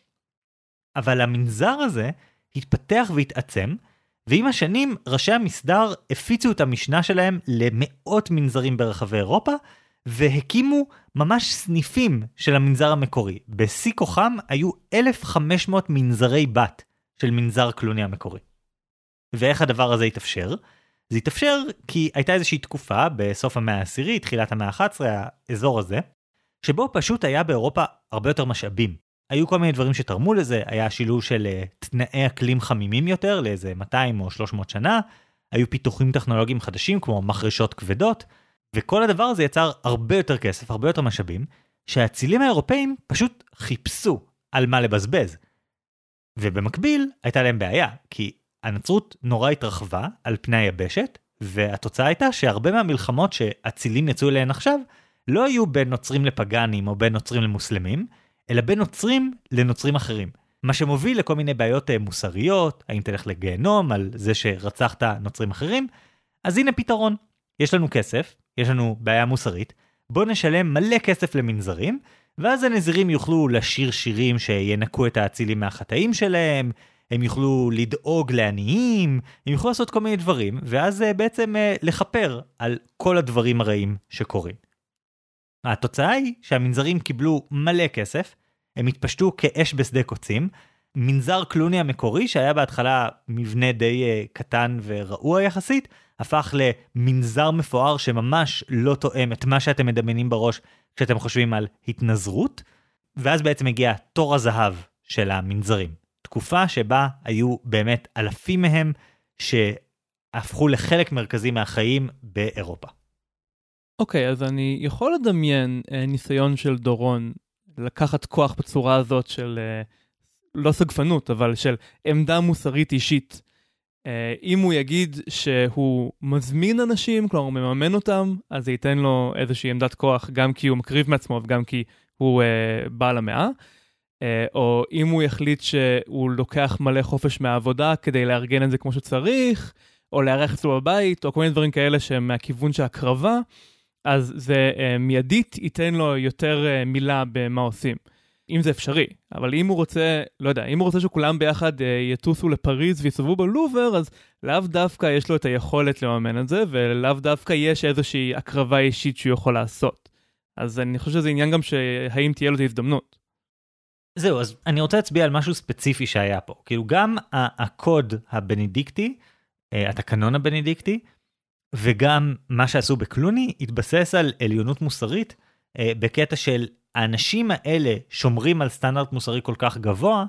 אבל המנזר הזה התפתח והתעצם, ועם השנים ראשי המסדר הפיצו את המשנה שלהם למאות מנזרים ברחבי אירופה, והקימו ממש סניפים של המנזר המקורי. בשיא כוחם היו אלף וחמש מאות מנזרי בת של מנזר קלוני המקורי. ואיך הדבר הזה התאפשר? זה התאפשר כי הייתה איזושהי תקופה בסוף המאה העשירית, תחילת המאה ה-אחת עשרה, האזור הזה, שבו פשוט היה באירופה הרבה יותר משאבים. היו כל מיני דברים שתרמו לזה, היה שילוב של תנאי אקלים חמימים יותר, לאיזה מאתיים או שלוש מאות שנה, היו פיתוחים טכנולוגיים חדשים כמו מחרשות כבדות, וכל הדבר הזה יצר הרבה יותר כסף, הרבה יותר משאבים, שהאצילים האירופאים פשוט חיפשו על מה לבזבז. ובמקביל הייתה להם בעיה, כי הנצרות נורא התרחבה על פני היבשת, והתוצאה הייתה שהרבה מהמלחמות שהאצילים יצאו אליהן עכשיו, לא היו בין נוצרים לפגנים או בין נוצרים למוסלמים, אלא בין נוצרים לנוצרים אחרים. מה שמוביל לכל מיני בעיות מוסריות, האם תלך לגיהנום על זה שרצחת נוצרים אחרים, אז הנה פתרון. יש לנו כסף, יש לנו בעיה מוסרית, בוא נשלם מלא כסף למנזרים, ואז הנזירים יוכלו לשיר שירים שינקו את האצילים מהחטאים שלהם, הם יוכלו לדאוג לעניים, הם יוכלו לעשות כל מיני דברים, ואז בעצם לחפר על כל הדברים הרעים שקורים. התוצאה היא שהמנזרים קיבלו מלא כסף, הם התפשטו כאש בשדה קוצים, מנזר קלוני המקורי שהיה בהתחלה מבנה די קטן ורעוע יחסית, הפך למנזר מפואר שממש לא תואם את מה שאתם מדמיינים בראש כשאתם חושבים על התנזרות, ואז בעצם הגיע תור הזהב של המנזרים. תקופה שבה היו באמת אלפים מהם שהפכו לחלק מרכזי מהחיים באירופה. אוקיי, okay, אז אני יכול לדמיין אה, ניסיון של דורון לקחת כוח בצורה הזאת של, אה, לא סגפנות, אבל של עמדה מוסרית אישית. אה, אם הוא יגיד שהוא מזמין אנשים, כלומר הוא מממן אותם, אז זה ייתן לו איזושהי עמדת כוח, גם כי הוא מקריב מעצמו וגם כי הוא אה, בעל המאה. אה, או אם הוא יחליט שהוא לוקח מלא חופש מהעבודה כדי לארגן את זה כמו שצריך, או לארח אצלו בבית, או כל מיני דברים כאלה שהם מהכיוון של הקרבה, אז זה uh, מיידית ייתן לו יותר uh, מילה במה עושים. אם זה אפשרי. אבל אם הוא רוצה, לא יודע, אם הוא רוצה שכולם ביחד uh, יטוסו לפריז ויסובבו בלובר, אז לאו דווקא יש לו את היכולת לממן את זה, ולאו דווקא יש איזושהי הקרבה אישית שהוא יכול לעשות. אז אני חושב שזה עניין גם שהאם תהיה לו את ההזדמנות. זהו, אז אני רוצה להצביע על משהו ספציפי שהיה פה. כאילו גם הקוד הבנדיקטי, התקנון הבנדיקטי, וגם מה שעשו בקלוני, התבסס על עליונות מוסרית, בקטע של האנשים האלה שומרים על סטנדרט מוסרי כל כך גבוה,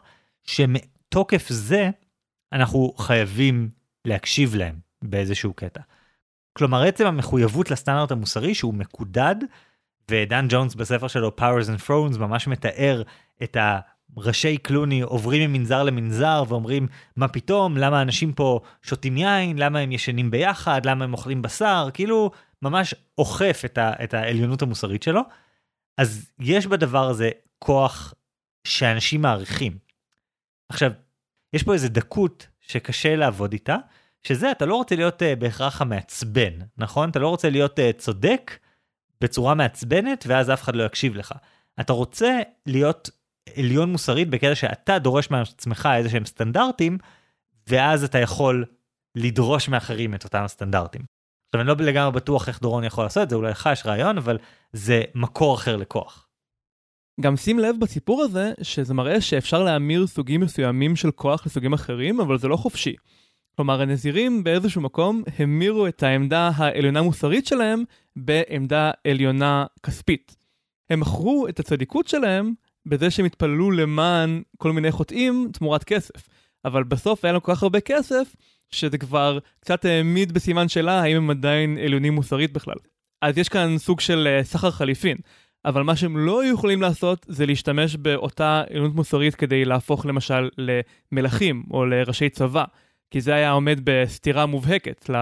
שמתוקף זה אנחנו חייבים להקשיב להם באיזשהו קטע. כלומר, עצם המחויבות לסטנדרט המוסרי שהוא מקודד, ודן ג'ונס בספר שלו Powers and Thrones ממש מתאר את הראשי קלוני עוברים ממנזר למנזר ואומרים מה פתאום, למה אנשים פה שותים יין, למה הם ישנים ביחד, למה הם אוכלים בשר, כאילו ממש אוכף את, ה, את העליונות המוסרית שלו. אז יש בדבר הזה כוח שאנשים מעריכים. עכשיו, יש פה איזה דקות שקשה לעבוד איתה, שזה אתה לא רוצה להיות uh, בהכרח המעצבן, נכון? אתה לא רוצה להיות uh, צודק בצורה מעצבנת, ואז אף אחד לא יקשיב לך. אתה רוצה להיות עליון מוסרית בקטע שאתה דורש מעצמך איזה שהם סטנדרטים, ואז אתה יכול לדרוש מאחרים את אותם הסטנדרטים. עכשיו, אני לא לגמרי בטוח איך דורון יכול לעשות את זה, אולי לך יש רעיון, אבל זה מקור אחר לכוח. גם שים לב בסיפור הזה, שזה מראה שאפשר להמיר סוגים מסוימים של כוח לסוגים אחרים, אבל זה לא חופשי. כלומר, הנזירים באיזשהו מקום המירו את העמדה העליונה מוסרית שלהם בעמדה עליונה כספית. הם מכרו את הצדיקות שלהם בזה שהם התפללו למען כל מיני חוטאים תמורת כסף. אבל בסוף היה לו כל כך הרבה כסף, שזה כבר קצת העמיד בסימן שלה, האם הם עדיין עליונים מוסרית בכלל. אז יש כאן סוג של סחר חליפין. אבל מה שהם לא יכולים לעשות, זה להשתמש באותה עליונות מוסרית כדי להפוך למשל למלכים או לראשי צבא. כי זה היה עומד בסתירה מובהקת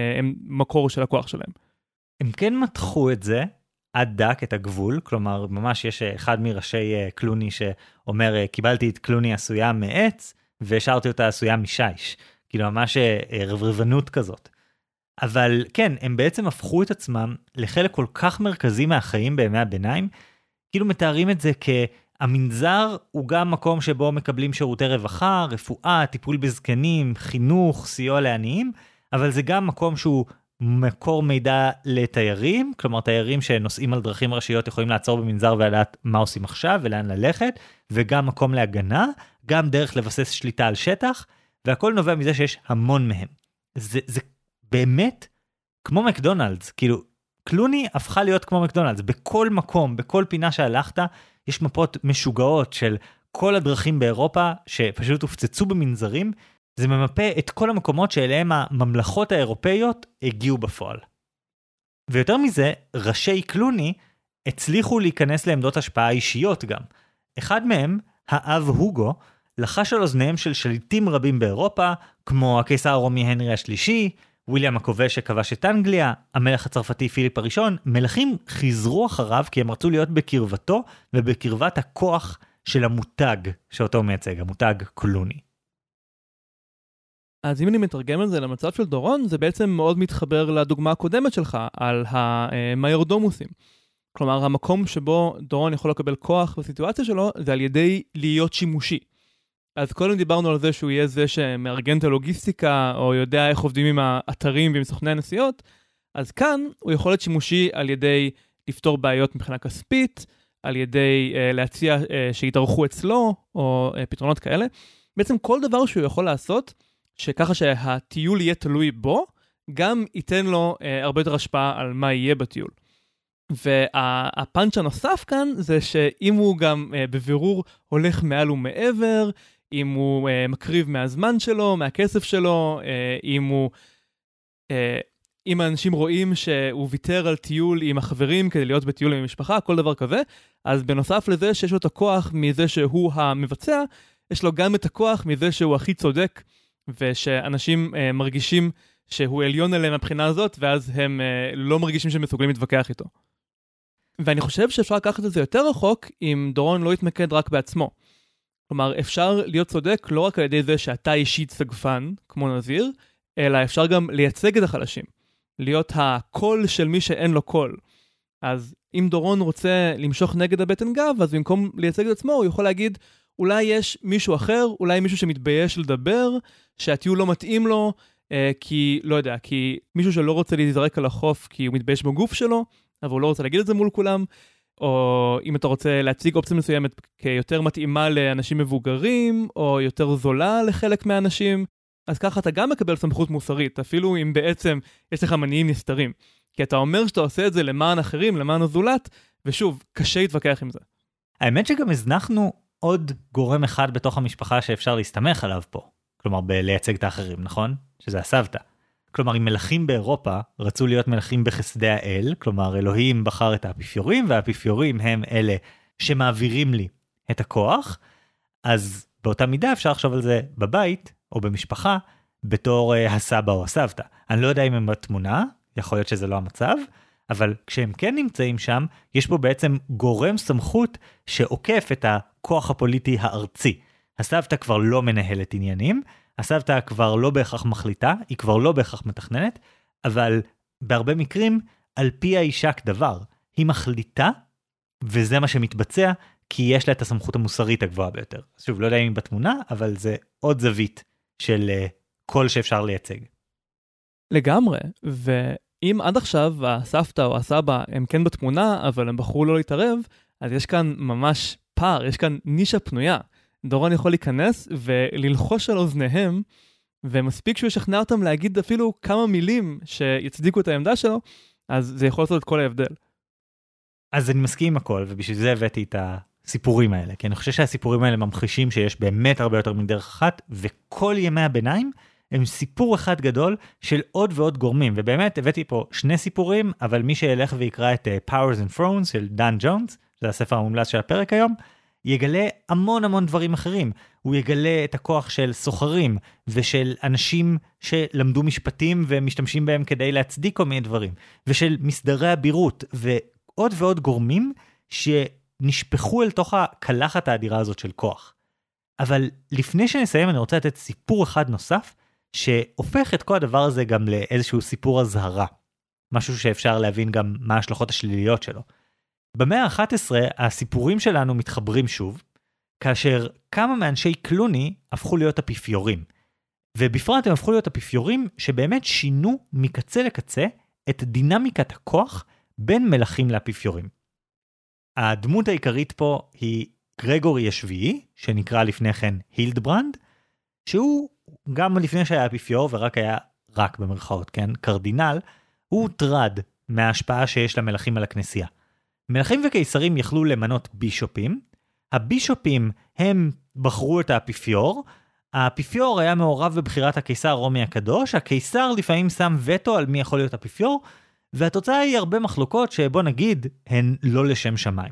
למקור של הכוח שלהם. הם כן מתחו את זה עד דק את הגבול, כלומר ממש יש אחד מראשי קלוני שאומר קיבלתי את קלוני עשויה מעץ והשארתי אותה עשויה משיש, כאילו ממש רברבנות כזאת. אבל כן, הם בעצם הפכו את עצמם לחלק כל כך מרכזי מהחיים בימי הביניים, כאילו מתארים את זה כהמנזר הוא גם מקום שבו מקבלים שירותי רווחה, רפואה, טיפול בזקנים, חינוך, סיוע לעניים, אבל זה גם מקום שהוא מקור מידע לתיירים, כלומר תיירים שנוסעים על דרכים ראשיות יכולים לעצור במנזר ולדעת מה עושים עכשיו ולאן ללכת, וגם מקום להגנה, גם דרך לבסס שליטה על שטח, והכל נובע מזה שיש המון מהם. זה, זה באמת כמו מקדונלדס, כאילו קלוני הפכה להיות כמו מקדונלדס, בכל מקום, בכל פינה שהלכת, יש מפות משוגעות של כל הדרכים באירופה שפשוט הופצצו במנזרים, זה ממפה את כל המקומות שאליהם הממלכות האירופאיות הגיעו בפועל. ויותר מזה, ראשי קלוני הצליחו להיכנס לעמדות השפעה אישיות גם. אחד מהם, האב הוגו, לחש על אוזניהם של שליטים רבים באירופה, כמו הקיסר הרומי הנרי השלישי, וויליאם הכובש שכבש את אנגליה, המלך הצרפתי פיליפ הראשון, מלכים חיזרו אחריו כי הם רצו להיות בקרבתו ובקרבת הכוח של המותג שאותו מייצג, המותג קלוני. אז אם אני מתרגם על זה למצב של דורון, זה בעצם מאוד מתחבר לדוגמה הקודמת שלך על המיירדומוסים. כלומר, המקום שבו דורון יכול לקבל כוח בסיטואציה שלו, זה על ידי להיות שימושי. אז קודם דיברנו על זה שהוא יהיה זה שמארגן את הלוגיסטיקה, או יודע איך עובדים עם האתרים ועם סוכני הנסיעות, אז כאן הוא יכול להיות שימושי על ידי לפתור בעיות מבחינה כספית, על ידי uh, להציע uh, שיתארחו אצלו, או uh, פתרונות כאלה. בעצם כל דבר שהוא יכול לעשות, שככה שהטיול יהיה תלוי בו, גם ייתן לו uh, הרבה יותר השפעה על מה יהיה בטיול. והפאנץ' הנוסף כאן זה שאם הוא גם uh, בבירור הולך מעל ומעבר, אם הוא uh, מקריב מהזמן שלו, מהכסף שלו, uh, אם הוא... Uh, אם האנשים רואים שהוא ויתר על טיול עם החברים כדי להיות בטיול עם המשפחה, כל דבר כזה, אז בנוסף לזה שיש לו את הכוח מזה שהוא המבצע, יש לו גם את הכוח מזה שהוא הכי צודק, ושאנשים uh, מרגישים שהוא עליון עליהם מבחינה הזאת, ואז הם uh, לא מרגישים שהם מסוגלים להתווכח איתו. ואני חושב שאפשר לקחת את זה יותר רחוק, אם דורון לא יתמקד רק בעצמו. כלומר, אפשר להיות צודק לא רק על ידי זה שאתה אישית סגפן, כמו נזיר, אלא אפשר גם לייצג את החלשים. להיות הקול של מי שאין לו קול. אז אם דורון רוצה למשוך נגד הבטן גב, אז במקום לייצג את עצמו, הוא יכול להגיד, אולי יש מישהו אחר, אולי מישהו שמתבייש לדבר, שהטיול לא מתאים לו, אה, כי, לא יודע, כי מישהו שלא רוצה להיזרק על החוף, כי הוא מתבייש בגוף שלו, אבל הוא לא רוצה להגיד את זה מול כולם, או אם אתה רוצה להציג אופציה מסוימת כיותר מתאימה לאנשים מבוגרים, או יותר זולה לחלק מהאנשים, אז ככה אתה גם מקבל סמכות מוסרית, אפילו אם בעצם יש לך מניעים נסתרים. כי אתה אומר שאתה עושה את זה למען אחרים, למען הזולת, ושוב, קשה להתווכח עם זה. האמת שגם הזנחנו עוד גורם אחד בתוך המשפחה שאפשר להסתמך עליו פה. כלומר, בלייצג את האחרים, נכון? שזה הסבתא. כלומר, אם מלכים באירופה רצו להיות מלכים בחסדי האל, כלומר, אלוהים בחר את האפיפיורים, והאפיפיורים הם אלה שמעבירים לי את הכוח, אז באותה מידה אפשר לחשוב על זה בבית, או במשפחה, בתור uh, הסבא או הסבתא. אני לא יודע אם הם בתמונה, יכול להיות שזה לא המצב, אבל כשהם כן נמצאים שם, יש פה בעצם גורם סמכות שעוקף את הכוח הפוליטי הארצי. הסבתא כבר לא מנהלת עניינים, הסבתא כבר לא בהכרח מחליטה, היא כבר לא בהכרח מתכננת, אבל בהרבה מקרים, על פי האישה כדבר, היא מחליטה, וזה מה שמתבצע, כי יש לה את הסמכות המוסרית הגבוהה ביותר. שוב, לא יודע אם היא בתמונה, אבל זה עוד זווית של uh, כל שאפשר לייצג. לגמרי, ואם עד עכשיו הסבתא או הסבא הם כן בתמונה, אבל הם בחרו לא להתערב, אז יש כאן ממש פער, יש כאן נישה פנויה. דורון יכול להיכנס וללחוש על אוזניהם, ומספיק שהוא ישכנע אותם להגיד אפילו כמה מילים שיצדיקו את העמדה שלו, אז זה יכול לעשות את כל ההבדל. אז אני מסכים עם הכל, ובשביל זה הבאתי את הסיפורים האלה, כי אני חושב שהסיפורים האלה ממחישים שיש באמת הרבה יותר מדרך אחת, וכל ימי הביניים הם סיפור אחד גדול של עוד ועוד גורמים, ובאמת הבאתי פה שני סיפורים, אבל מי שילך ויקרא את uh, Powers and Thrones של דן ג'ונס, זה הספר המומלץ של הפרק היום, יגלה המון המון דברים אחרים. הוא יגלה את הכוח של סוחרים ושל אנשים שלמדו משפטים ומשתמשים בהם כדי להצדיק כל מיני דברים, ושל מסדרי הבירות ועוד ועוד גורמים שנשפכו אל תוך הקלחת האדירה הזאת של כוח. אבל לפני שנסיים אני רוצה לתת סיפור אחד נוסף שהופך את כל הדבר הזה גם לאיזשהו סיפור הזהרה. משהו שאפשר להבין גם מה ההשלכות השליליות שלו. במאה ה-אחת עשרה הסיפורים שלנו מתחברים שוב, כאשר כמה מאנשי קלוני הפכו להיות אפיפיורים. ובפרט הם הפכו להיות אפיפיורים שבאמת שינו מקצה לקצה את דינמיקת הכוח בין מלכים לאפיפיורים. הדמות העיקרית פה היא גרגורי השביעי, שנקרא לפני כן הילדברנד, שהוא גם לפני שהיה אפיפיור ורק היה רק במרכאות, כן, קרדינל, הוא טרד מההשפעה שיש למלכים על הכנסייה. מלכים וקיסרים יכלו למנות בישופים, הבישופים הם בחרו את האפיפיור, האפיפיור היה מעורב בבחירת הקיסר רומי הקדוש, הקיסר לפעמים שם וטו על מי יכול להיות אפיפיור, והתוצאה היא הרבה מחלוקות שבוא נגיד הן לא לשם שמיים.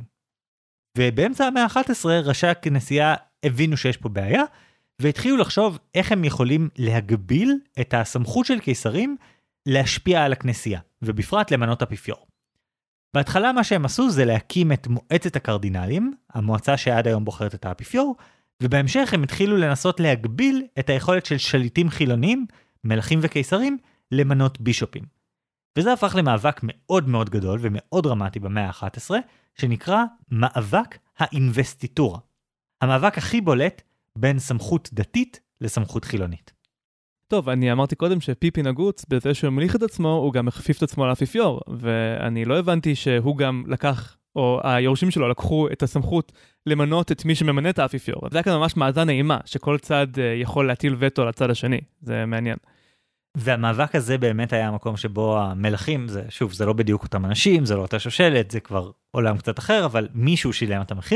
ובאמצע המאה ה-אחת עשרה ראשי הכנסייה הבינו שיש פה בעיה, והתחילו לחשוב איך הם יכולים להגביל את הסמכות של קיסרים להשפיע על הכנסייה, ובפרט למנות אפיפיור. בהתחלה מה שהם עשו זה להקים את מועצת הקרדינלים, המועצה שעד היום בוחרת את האפיפיור, ובהמשך הם התחילו לנסות להגביל את היכולת של שליטים חילוניים, מלכים וקיסרים, למנות בישופים. וזה הפך למאבק מאוד מאוד גדול ומאוד דרמטי במאה ה-אחת עשרה, שנקרא מאבק האינבסטיטורה. המאבק הכי בולט בין סמכות דתית לסמכות חילונית. טוב, אני אמרתי קודם שפיפין הגוץ, בזה שהוא מליך את עצמו, הוא גם הכפיף את עצמו לאפיפיור, ואני לא הבנתי שהוא גם לקח, או היורשים שלו לקחו את הסמכות למנות את מי שממנה את האפיפיור. זה היה כאן ממש מאזן נעימה, שכל צד יכול להטיל וטו לצד השני. זה מעניין. והמאבק הזה באמת היה המקום שבו המלכים, זה, שוב, זה לא בדיוק אותם אנשים, זה לא אותה שושלת, זה כבר עולם קצת אחר, אבל מישהו שילם את המחיר,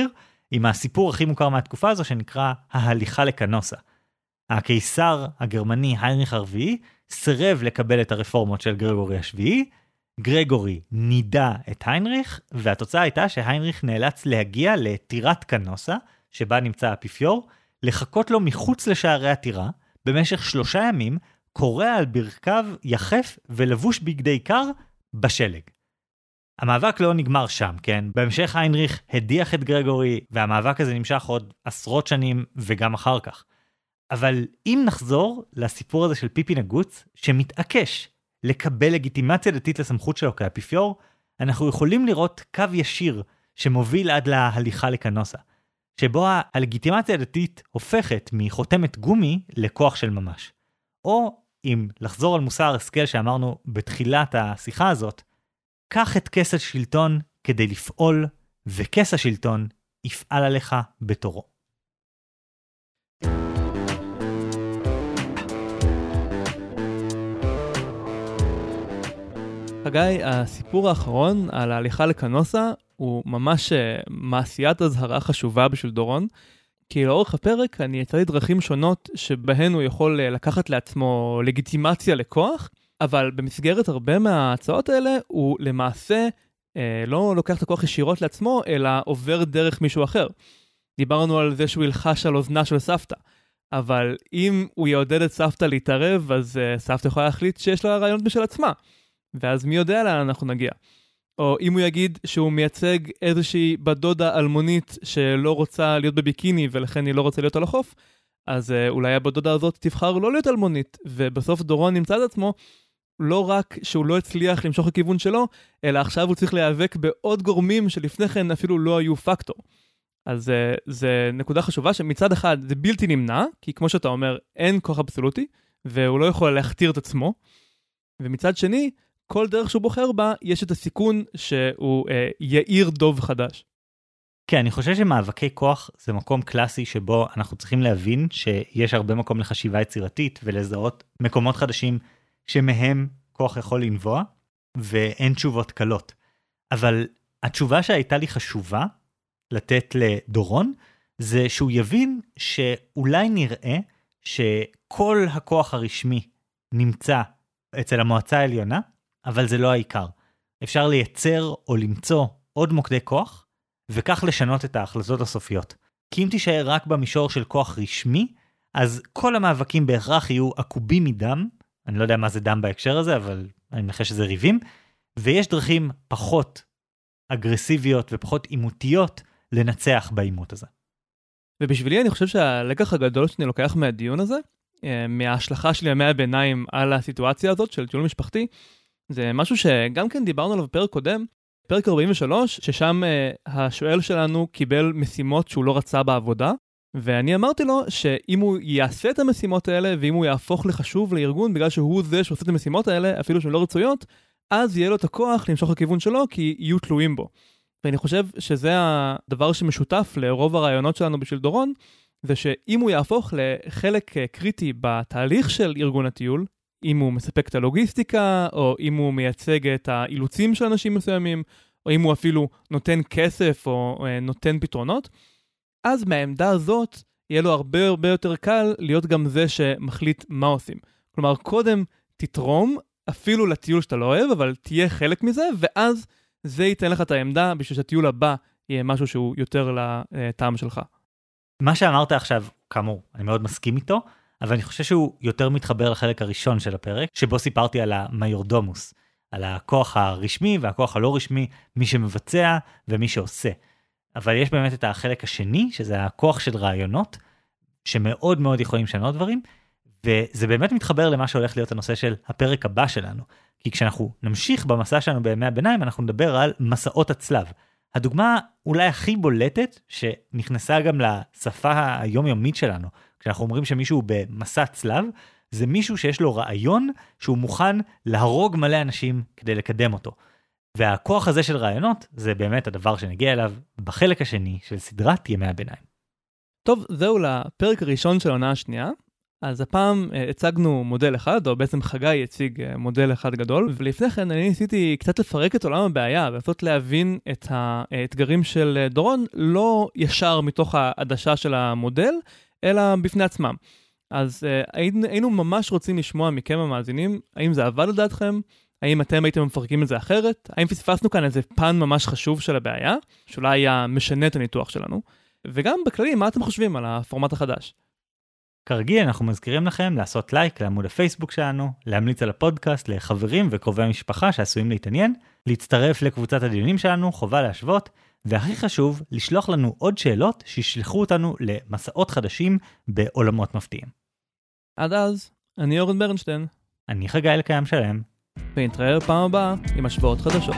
עם הסיפור הכי מוכר מהתקופה הזו שנקרא ההליכה לקנוסה. הקיסר הגרמני היינריך הרביעי סירב לקבל את הרפורמות של גרגורי השביעי, גרגורי נידה את היינריך, והתוצאה הייתה שהיינריך נאלץ להגיע לטירת קנוסה, שבה נמצא האפיפיור, לחכות לו מחוץ לשערי הטירה, במשך שלושה ימים, קורע על ברכיו יחף ולבוש בגדי קר בשלג. המאבק לא נגמר שם, כן? בהמשך היינריך הדיח את גרגורי, והמאבק הזה נמשך עוד עשרות שנים וגם אחר כך. אבל אם נחזור לסיפור הזה של פיפין הגוץ, שמתעקש לקבל לגיטימציה דתית לסמכות שלו כאפיפיור, אנחנו יכולים לראות קו ישיר שמוביל עד להליכה לקנוסה, שבו הלגיטימציה הדתית הופכת מחותמת גומי לכוח של ממש. או אם לחזור על מוסר השכל שאמרנו בתחילת השיחה הזאת, קח את כס השלטון כדי לפעול, וכס השלטון יפעל עליך בתורו. חגי, הסיפור האחרון על ההליכה לקנוסה הוא ממש מעשיית הזהרה חשובה בשביל דורון, כי לאורך הפרק אני יצאתי דרכים שונות שבהן הוא יכול לקחת לעצמו לגיטימציה לכוח, אבל במסגרת הרבה מההצעות האלה הוא למעשה אה, לא לוקח את הכוח ישירות לעצמו, אלא עובר דרך מישהו אחר. דיברנו על זה שהוא ילחש על אוזנה של סבתא, אבל אם הוא יעודד את סבתא להתערב, אז אה, סבתא יכולה להחליט שיש לה רעיונות בשל עצמה, ואז מי יודע לאן אנחנו נגיע. או אם הוא יגיד שהוא מייצג איזושהי בדודה אלמונית שלא רוצה להיות בביקיני ולכן היא לא רוצה להיות על החוף, אז אה, אולי הבדודה הזאת תבחר לא להיות אלמונית, ובסוף דורון נמצא את עצמו, לא רק שהוא לא הצליח למשוך הכיוון שלו, אלא עכשיו הוא צריך להיאבק בעוד גורמים שלפני כן אפילו לא היו פקטור. אז אה, זה נקודה חשובה שמצד אחד זה בלתי נמנע, כי כמו שאתה אומר, אין כוח אבסולוטי, והוא לא יכול להכתיר את עצמו, ומצד שני, כל דרך שהוא בוחר בה, יש את הסיכון שהוא אה, יאיר דוב חדש. כן, אני חושב שמאבקי כוח זה מקום קלאסי שבו אנחנו צריכים להבין שיש הרבה מקום לחשיבה יצירתית ולזהות מקומות חדשים שמהם כוח יכול לנבוע, ואין תשובות קלות. אבל התשובה שהייתה לי חשובה לתת לדורון, זה שהוא יבין שאולי נראה שכל הכוח הרשמי נמצא אצל המועצה העליונה, אבל זה לא העיקר. אפשר לייצר או למצוא עוד מוקדי כוח, וכך לשנות את ההחלטות הסופיות. כי אם תישאר רק במישור של כוח רשמי, אז כל המאבקים בהכרח יהיו עקובים מדם, אני לא יודע מה זה דם בהקשר הזה, אבל אני מנחש שזה ריבים, ויש דרכים פחות אגרסיביות ופחות אימותיות לנצח באימות הזה. ובשבילי אני חושב שהלקח הגדול שאני לוקח מהדיון הזה, מההשלכה של ימי הביניים על הסיטואציה הזאת של טיול משפחתי, זה משהו שגם כן דיברנו עליו בפרק קודם, פרק ארבעים ושלוש, ששם uh, השואל שלנו קיבל משימות שהוא לא רצה בעבודה, ואני אמרתי לו שאם הוא יעשה את המשימות האלה, ואם הוא יהפוך לחשוב לארגון, בגלל שהוא זה שעושה את המשימות האלה, אפילו שהן לא רצויות, אז יהיה לו את הכוח למשוך לכיוון שלו, כי יהיו תלויים בו. ואני חושב שזה הדבר שמשותף לרוב הרעיונות שלנו בשביל דורון, זה שאם הוא יהפוך לחלק קריטי בתהליך של ארגון הטיול, אם הוא מספק את הלוגיסטיקה, או אם הוא מייצג את האילוצים של אנשים מסוימים, או אם הוא אפילו נותן כסף או נותן פתרונות, אז מהעמדה הזאת יהיה לו הרבה הרבה יותר קל להיות גם זה שמחליט מה עושים. כלומר, קודם תתרום אפילו לטיול שאתה לא אוהב, אבל תהיה חלק מזה, ואז זה ייתן לך את העמדה בשביל שהטיול הבא יהיה משהו שהוא יותר לטעם שלך. מה שאמרת עכשיו, כאמור, אני מאוד מסכים איתו, אבל אני חושב שהוא יותר מתחבר לחלק הראשון של הפרק, שבו סיפרתי על המייורדומוס, על הכוח הרשמי והכוח הלא רשמי, מי שמבצע ומי שעושה. אבל יש באמת את החלק השני, שזה הכוח של רעיונות, שמאוד מאוד יכולים לשנות דברים, וזה באמת מתחבר למה שהולך להיות הנושא של הפרק הבא שלנו. כי כשאנחנו נמשיך במסע שלנו בימי הביניים, אנחנו נדבר על מסעות הצלב. הדוגמה אולי הכי בולטת, שנכנסה גם לשפה היומיומית שלנו, כשאנחנו אומרים שמישהו במסע צלב, זה מישהו שיש לו רעיון שהוא מוכן להרוג מלא אנשים כדי לקדם אותו. והכוח הזה של רעיונות, זה באמת הדבר שנגיע אליו בחלק השני של סדרת ימי הביניים. טוב, זהו לפרק הראשון של העונה השנייה. אז הפעם הצגנו מודל אחד, או בעצם חגי הציג מודל אחד גדול, ולפני כן אני ניסיתי קצת לפרק את עולם הבעיה, ולנסות להבין את האתגרים של דורון, לא ישר מתוך העדשה של המודל, אלא בפני עצמם. אז היינו ממש רוצים לשמוע מכם המאזינים, האם זה עבד לדעתכם? האם אתם הייתם מפרקים את זה אחרת? האם פספסנו כאן איזה פן ממש חשוב של הבעיה, שאולי היה משנה את הניתוח שלנו? וגם בכללי, מה אתם חושבים על הפורמט החדש? כרגיל, אנחנו מזכירים לכם לעשות לייק לעמוד הפייסבוק שלנו, להמליץ על הפודקאסט לחברים וקרובי המשפחה שעשויים להתעניין, להצטרף לקבוצת הדיונים שלנו, חובה להשוות, והכי חשוב, לשלוח לנו עוד שאלות שישלחו אותנו למסעות חדשים בעולמות מפתיעים. עד אז, אני אורן ברנשטיין. אני חגי לקיים שלם. ונתראה בפעם הבאה עם השוואות חדשות.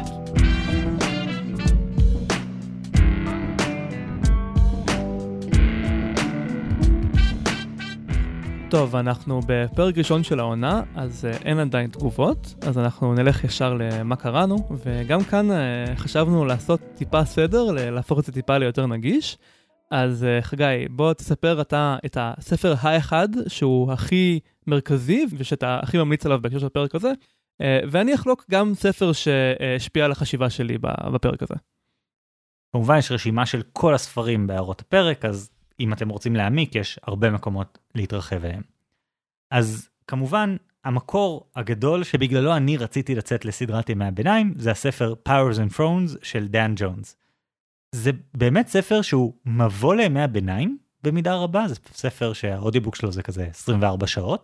טוב, אנחנו בפרק ראשון של העונה, אז uh, אין עדיין תגובות, אז אנחנו נלך ישר למה קראנו, וגם כאן uh, חשבנו לעשות טיפה סדר, להפוך את זה טיפה ליותר נגיש. אז uh, חגי, בוא תספר אתה את הספר האחד שהוא הכי מרכזי, ושאתה הכי ממליץ עליו בהקשר של הפרק הזה, uh, ואני אחלוק גם ספר שהשפיע על החשיבה שלי בפרק הזה. כמובן יש רשימה של כל הספרים בהערות הפרק, אז אם אתם רוצים להעמיק, יש הרבה מקומות להתרחב אליהם. אז כמובן, המקור הגדול שבגללו אני רציתי לצאת לסדרת ימי הביניים, זה הספר Powers and Thrones של דן ג'ונס. זה באמת ספר שהוא מבוא לימי הביניים, במידה רבה, זה ספר שהאודיובוק שלו זה כזה עשרים וארבע שעות,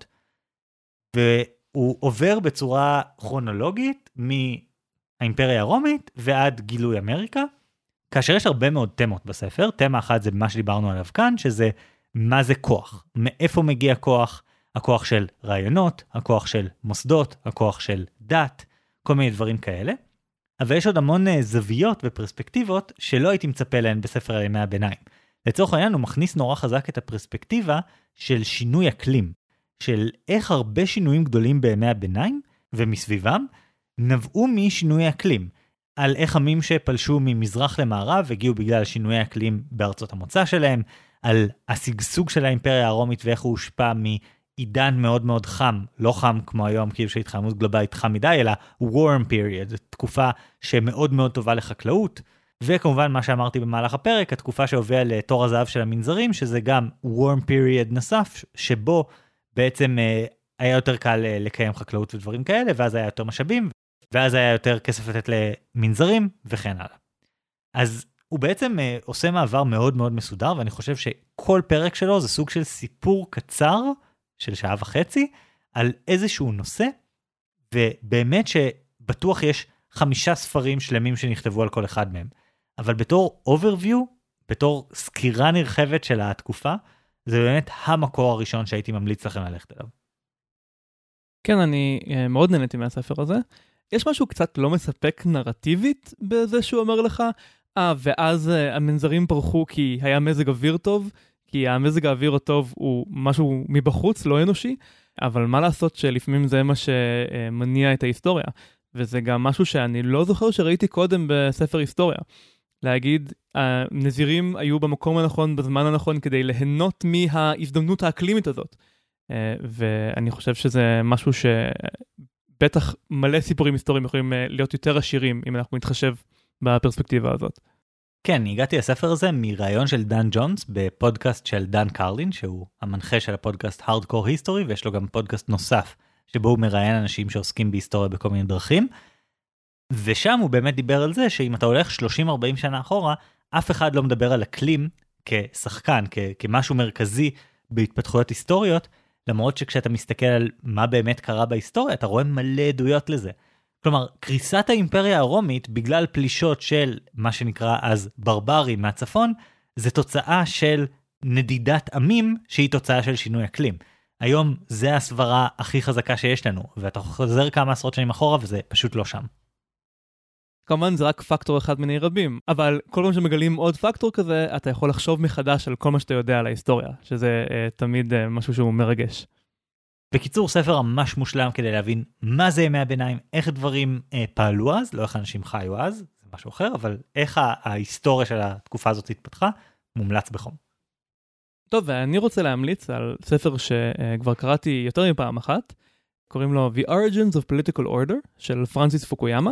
והוא עובר בצורה כרונולוגית מהאימפריה הרומית ועד גילוי אמריקה, כאשר יש הרבה מאוד תמות בספר. תמה אחת זה מה שדיברנו עליו כאן, שזה מה זה כוח, מאיפה מגיע כוח, הכוח של רעיונות, הכוח של מוסדות, הכוח של דת, כל מיני דברים כאלה. אבל יש עוד המון זוויות ופרספקטיבות שלא הייתי מצפה להן בספר על ימי הביניים. לצורך העניין הוא מכניס נורא חזק את הפרספקטיבה של שינוי אקלים, של איך הרבה שינויים גדולים בימי הביניים ומסביבם נבעו משינוי אקלים. על איך עמים שפלשו ממזרח למערב הגיעו בגלל שינויי אקלים בארצות המוצא שלהם, על הסגסוג של האימפריה הרומית ואיך הוא הושפע מעידן מאוד מאוד חם, לא חם כמו היום כאילו שהתחממות גלובלית חם מדי, אלא warm period, תקופה שמאוד מאוד טובה לחקלאות, וכמובן מה שאמרתי במהלך הפרק, התקופה שהובילה לתור הזהב של המנזרים, שזה גם warm period נוסף, שבו בעצם אה, היה יותר קל אה, לקיים חקלאות ודברים כאלה, ואז היה יותר משאבים, ואז היה יותר כסף לתת למנזרים, וכן הלאה. אז הוא בעצם uh, עושה מעבר מאוד מאוד מסודר, ואני חושב שכל פרק שלו זה סוג של סיפור קצר, של שעה וחצי, על איזשהו נושא, ובאמת שבטוח יש חמישה ספרים שלמים שנכתבו על כל אחד מהם. אבל בתור overview, בתור סקירה נרחבת של התקופה, זה באמת המקור הראשון שהייתי ממליץ לכם ללכת אליו. כן, אני uh, מאוד נהניתי מהספר הזה. יש משהו קצת לא מספק נרטיבית בזה שהוא אומר לך, אה, ואז uh, המנזרים פרחו כי היה מזג אוויר טוב, כי המזג האוויר הטוב הוא משהו מבחוץ, לא אנושי, אבל מה לעשות שלפעמים זה מה שמניע את ההיסטוריה, וזה גם משהו שאני לא זוכר שראיתי קודם בספר היסטוריה. להגיד, הנזירים היו במקום הנכון, בזמן הנכון, כדי ליהנות מההזדמנות האקלימית הזאת. Uh, ואני חושב שזה משהו ש... בטח מלא סיפורים היסטוריים יכולים להיות יותר עשירים אם אנחנו נתחשב בפרספקטיבה הזאת. כן, אני הגעתי לספר הזה מרעיון של דן ג'ונס בפודקאסט של דן קרלין, שהוא המנחה של הפודקאסט Hardcore History, ויש לו גם פודקאסט נוסף שבו הוא מראיין אנשים שעוסקים בהיסטוריה בכל מיני דרכים. ושם הוא באמת דיבר על זה שאם אתה הולך שלושים ארבעים שנה אחורה, אף אחד לא מדבר על אקלים כשחקן, כ- כמשהו מרכזי בהתפתחויות היסטוריות, למרות שכשאתה מסתכל על מה באמת קרה בהיסטוריה, אתה רואה מלא עדויות לזה. כלומר, קריסת האימפריה הרומית, בגלל פלישות של מה שנקרא אז ברברים מהצפון, זה תוצאה של נדידת עמים, שהיא תוצאה של שינוי אקלים. היום זה הסברה הכי חזקה שיש לנו, ואתה חוזר כמה עשרות שנים אחורה, וזה פשוט לא שם. כמובן זה רק פקטור אחד מני רבים, אבל כל פעם שמגלים עוד פקטור כזה, אתה יכול לחשוב מחדש על כל מה שאתה יודע על ההיסטוריה, שזה uh, תמיד uh, משהו שהוא מרגש. בקיצור, ספר ממש מושלם כדי להבין מה זה ימי הביניים, איך דברים uh, פעלו אז, לא איך אנשים חיו אז, זה משהו אחר, אבל איך ההיסטוריה של התקופה הזאת התפתחה, מומלץ בחום. טוב, ואני רוצה להמליץ על ספר שכבר קראתי יותר מפעם אחת, קוראים לו The Origins of Political Order של פרנסיס פוקויאמה,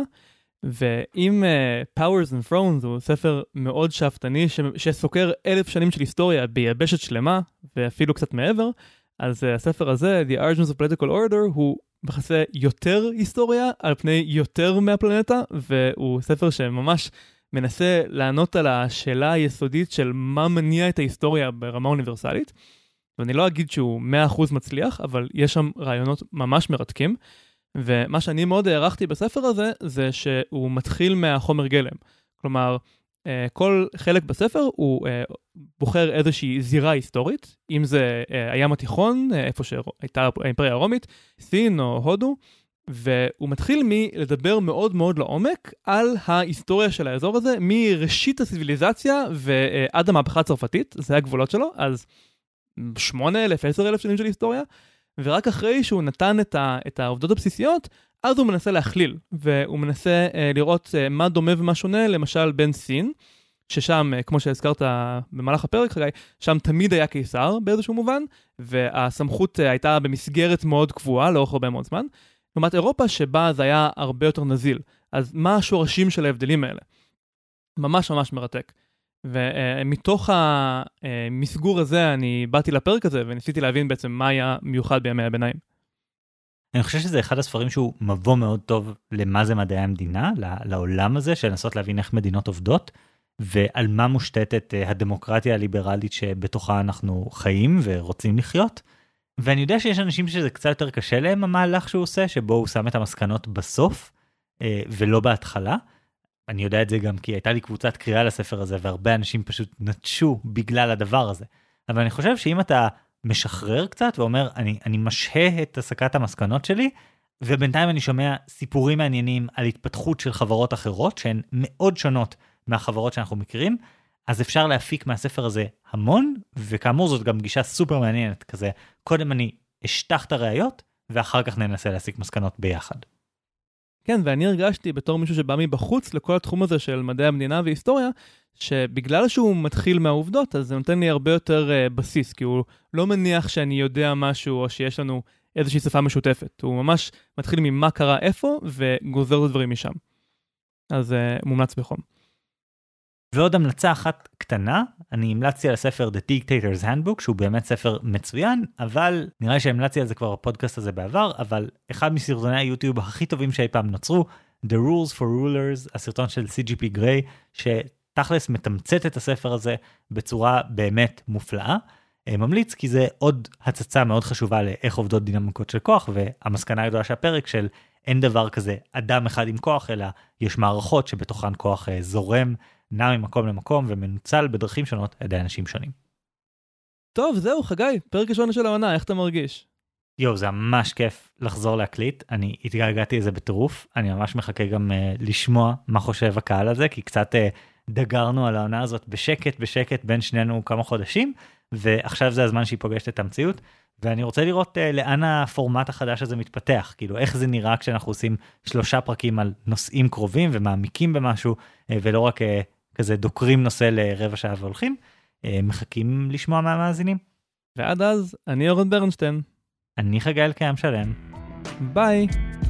ואם uh, Powers and Thrones הוא ספר מאוד שאפתני ש- שסוקר אלף שנים של היסטוריה ביבשת שלמה, ואפילו קצת מעבר, אז uh, הספר הזה, The Origins of Political Order, הוא מכסה יותר היסטוריה על פני יותר מהפלנטה, והוא ספר שממש מנסה לענות על השאלה היסודית של מה מניע את ההיסטוריה ברמה אוניברסלית. ואני לא אגיד שהוא מאה אחוז מצליח, אבל יש שם רעיונות ממש מרתקים. ומה שאני מאוד הערכתי בספר הזה, זה שהוא מתחיל מהחומר גלם. כלומר, כל חלק בספר הוא בוחר איזושהי זירה היסטורית, אם זה הים התיכון, איפה שהייתה האימפריה הרומית, סין או הודו, והוא מתחיל מלדבר מאוד מאוד לעומק על ההיסטוריה של האזור הזה, מראשית הציביליזציה ועד המהפכה הצרפתית, זה הגבולות שלו, אז שמונה אלף, עשר אלף שנים של היסטוריה, ורק אחרי שהוא נתן את, ה, את העובדות הבסיסיות, אז הוא מנסה להכליל, והוא מנסה אה, לראות אה, מה דומה ומה שונה, למשל בין סין, ששם, אה, כמו שהזכרת במהלך הפרק, חגי, שם תמיד היה קיסר באיזשהו מובן, והסמכות אה, הייתה במסגרת מאוד קבועה, לאורך הרבה מאוד זמן, לעומת אירופה שבה זה היה הרבה יותר נזיל. אז מה השורשים של ההבדלים האלה? ממש ממש מרתק. ומתוך המסגור הזה אני באתי לפרק הזה וניסיתי להבין בעצם מה היה מיוחד בימי הביניים. אני חושב שזה אחד הספרים שהוא מבוא מאוד טוב למה זה מדעי המדינה, לעולם הזה של לנסות להבין איך מדינות עובדות, ועל מה מושתתת הדמוקרטיה הליברלית שבתוכה אנחנו חיים ורוצים לחיות. ואני יודע שיש אנשים שזה קצת יותר קשה להם המהלך שהוא עושה, שבו הוא שם את המסקנות בסוף ולא בהתחלה. אני יודע את זה גם כי הייתה לי קבוצת קריאה לספר הזה, והרבה אנשים פשוט נטשו בגלל הדבר הזה. אבל אני חושב שאם אתה משחרר קצת ואומר, אני, אני משהה את הסקת המסקנות שלי, ובינתיים אני שומע סיפורים מעניינים על התפתחות של חברות אחרות, שהן מאוד שונות מהחברות שאנחנו מכירים, אז אפשר להפיק מהספר הזה המון, וכאמור זאת גם גישה סופר מעניינת כזה. קודם אני אשטח את הראיות, ואחר כך ננסה להסיק מסקנות ביחד. כן, ואני הרגשתי בתור מישהו שבא מבחוץ לכל התחום הזה של מדעי המדינה והיסטוריה, שבגלל שהוא מתחיל מהעובדות, אז זה נותן לי הרבה יותר uh, בסיס, כי הוא לא מניח שאני יודע משהו, או שיש לנו איזושהי שפה משותפת. הוא ממש מתחיל ממה קרה איפה, וגוזר את הדברים משם. אז uh, מומלץ בחום. ועוד המלצה אחת קטנה, אני המלצתי על הספר The Dictator's Handbook, שהוא באמת ספר מצוין, אבל נראה לי שהמלצתי על זה כבר בפודקאסט הזה בעבר, אבל אחד מסרטוני היוטיוב הכי טובים שאי פעם נוצרו, The Rules for Rulers, הסרטון של סי ג'י פי גריי, שתכלס מתמצת את הספר הזה בצורה באמת מופלאה. ממליץ כי זה עוד הצצה מאוד חשובה לאיך עובדות דינמיקות של כוח, והמסקנה הגדולה שהפרק של אין דבר כזה אדם אחד עם כוח, אלא יש מערכות שבתוכן כוח זורם, נע ממקום למקום ומנוצל בדרכים שונות על ידי אנשים שונים. טוב, זהו, חגי, פרק ראשון של העונה, איך אתה מרגיש? יו, זה ממש כיף לחזור להקליט, אני התגעגעתי לזה בטירוף, אני ממש מחכה גם uh, לשמוע מה חושב הקהל הזה, כי קצת uh, דגרנו על העונה הזאת בשקט, בשקט בין שנינו כמה חודשים, ועכשיו זה הזמן שהיא פוגשת את המציאות, ואני רוצה לראות uh, לאן הפורמט החדש הזה מתפתח, כאילו איך זה נראה כשאנחנו עושים שלושה פרקים על נושאים קרובים ומעמיקים במשהו, uh, ולא רק uh, כזה דוקרים נושא לרבע שעה והולכים, uh, מחכים לשמוע מהמאזינים. ועד אז, אני אורן ברנשטיין. אני חגי אלקיים שלם. ביי.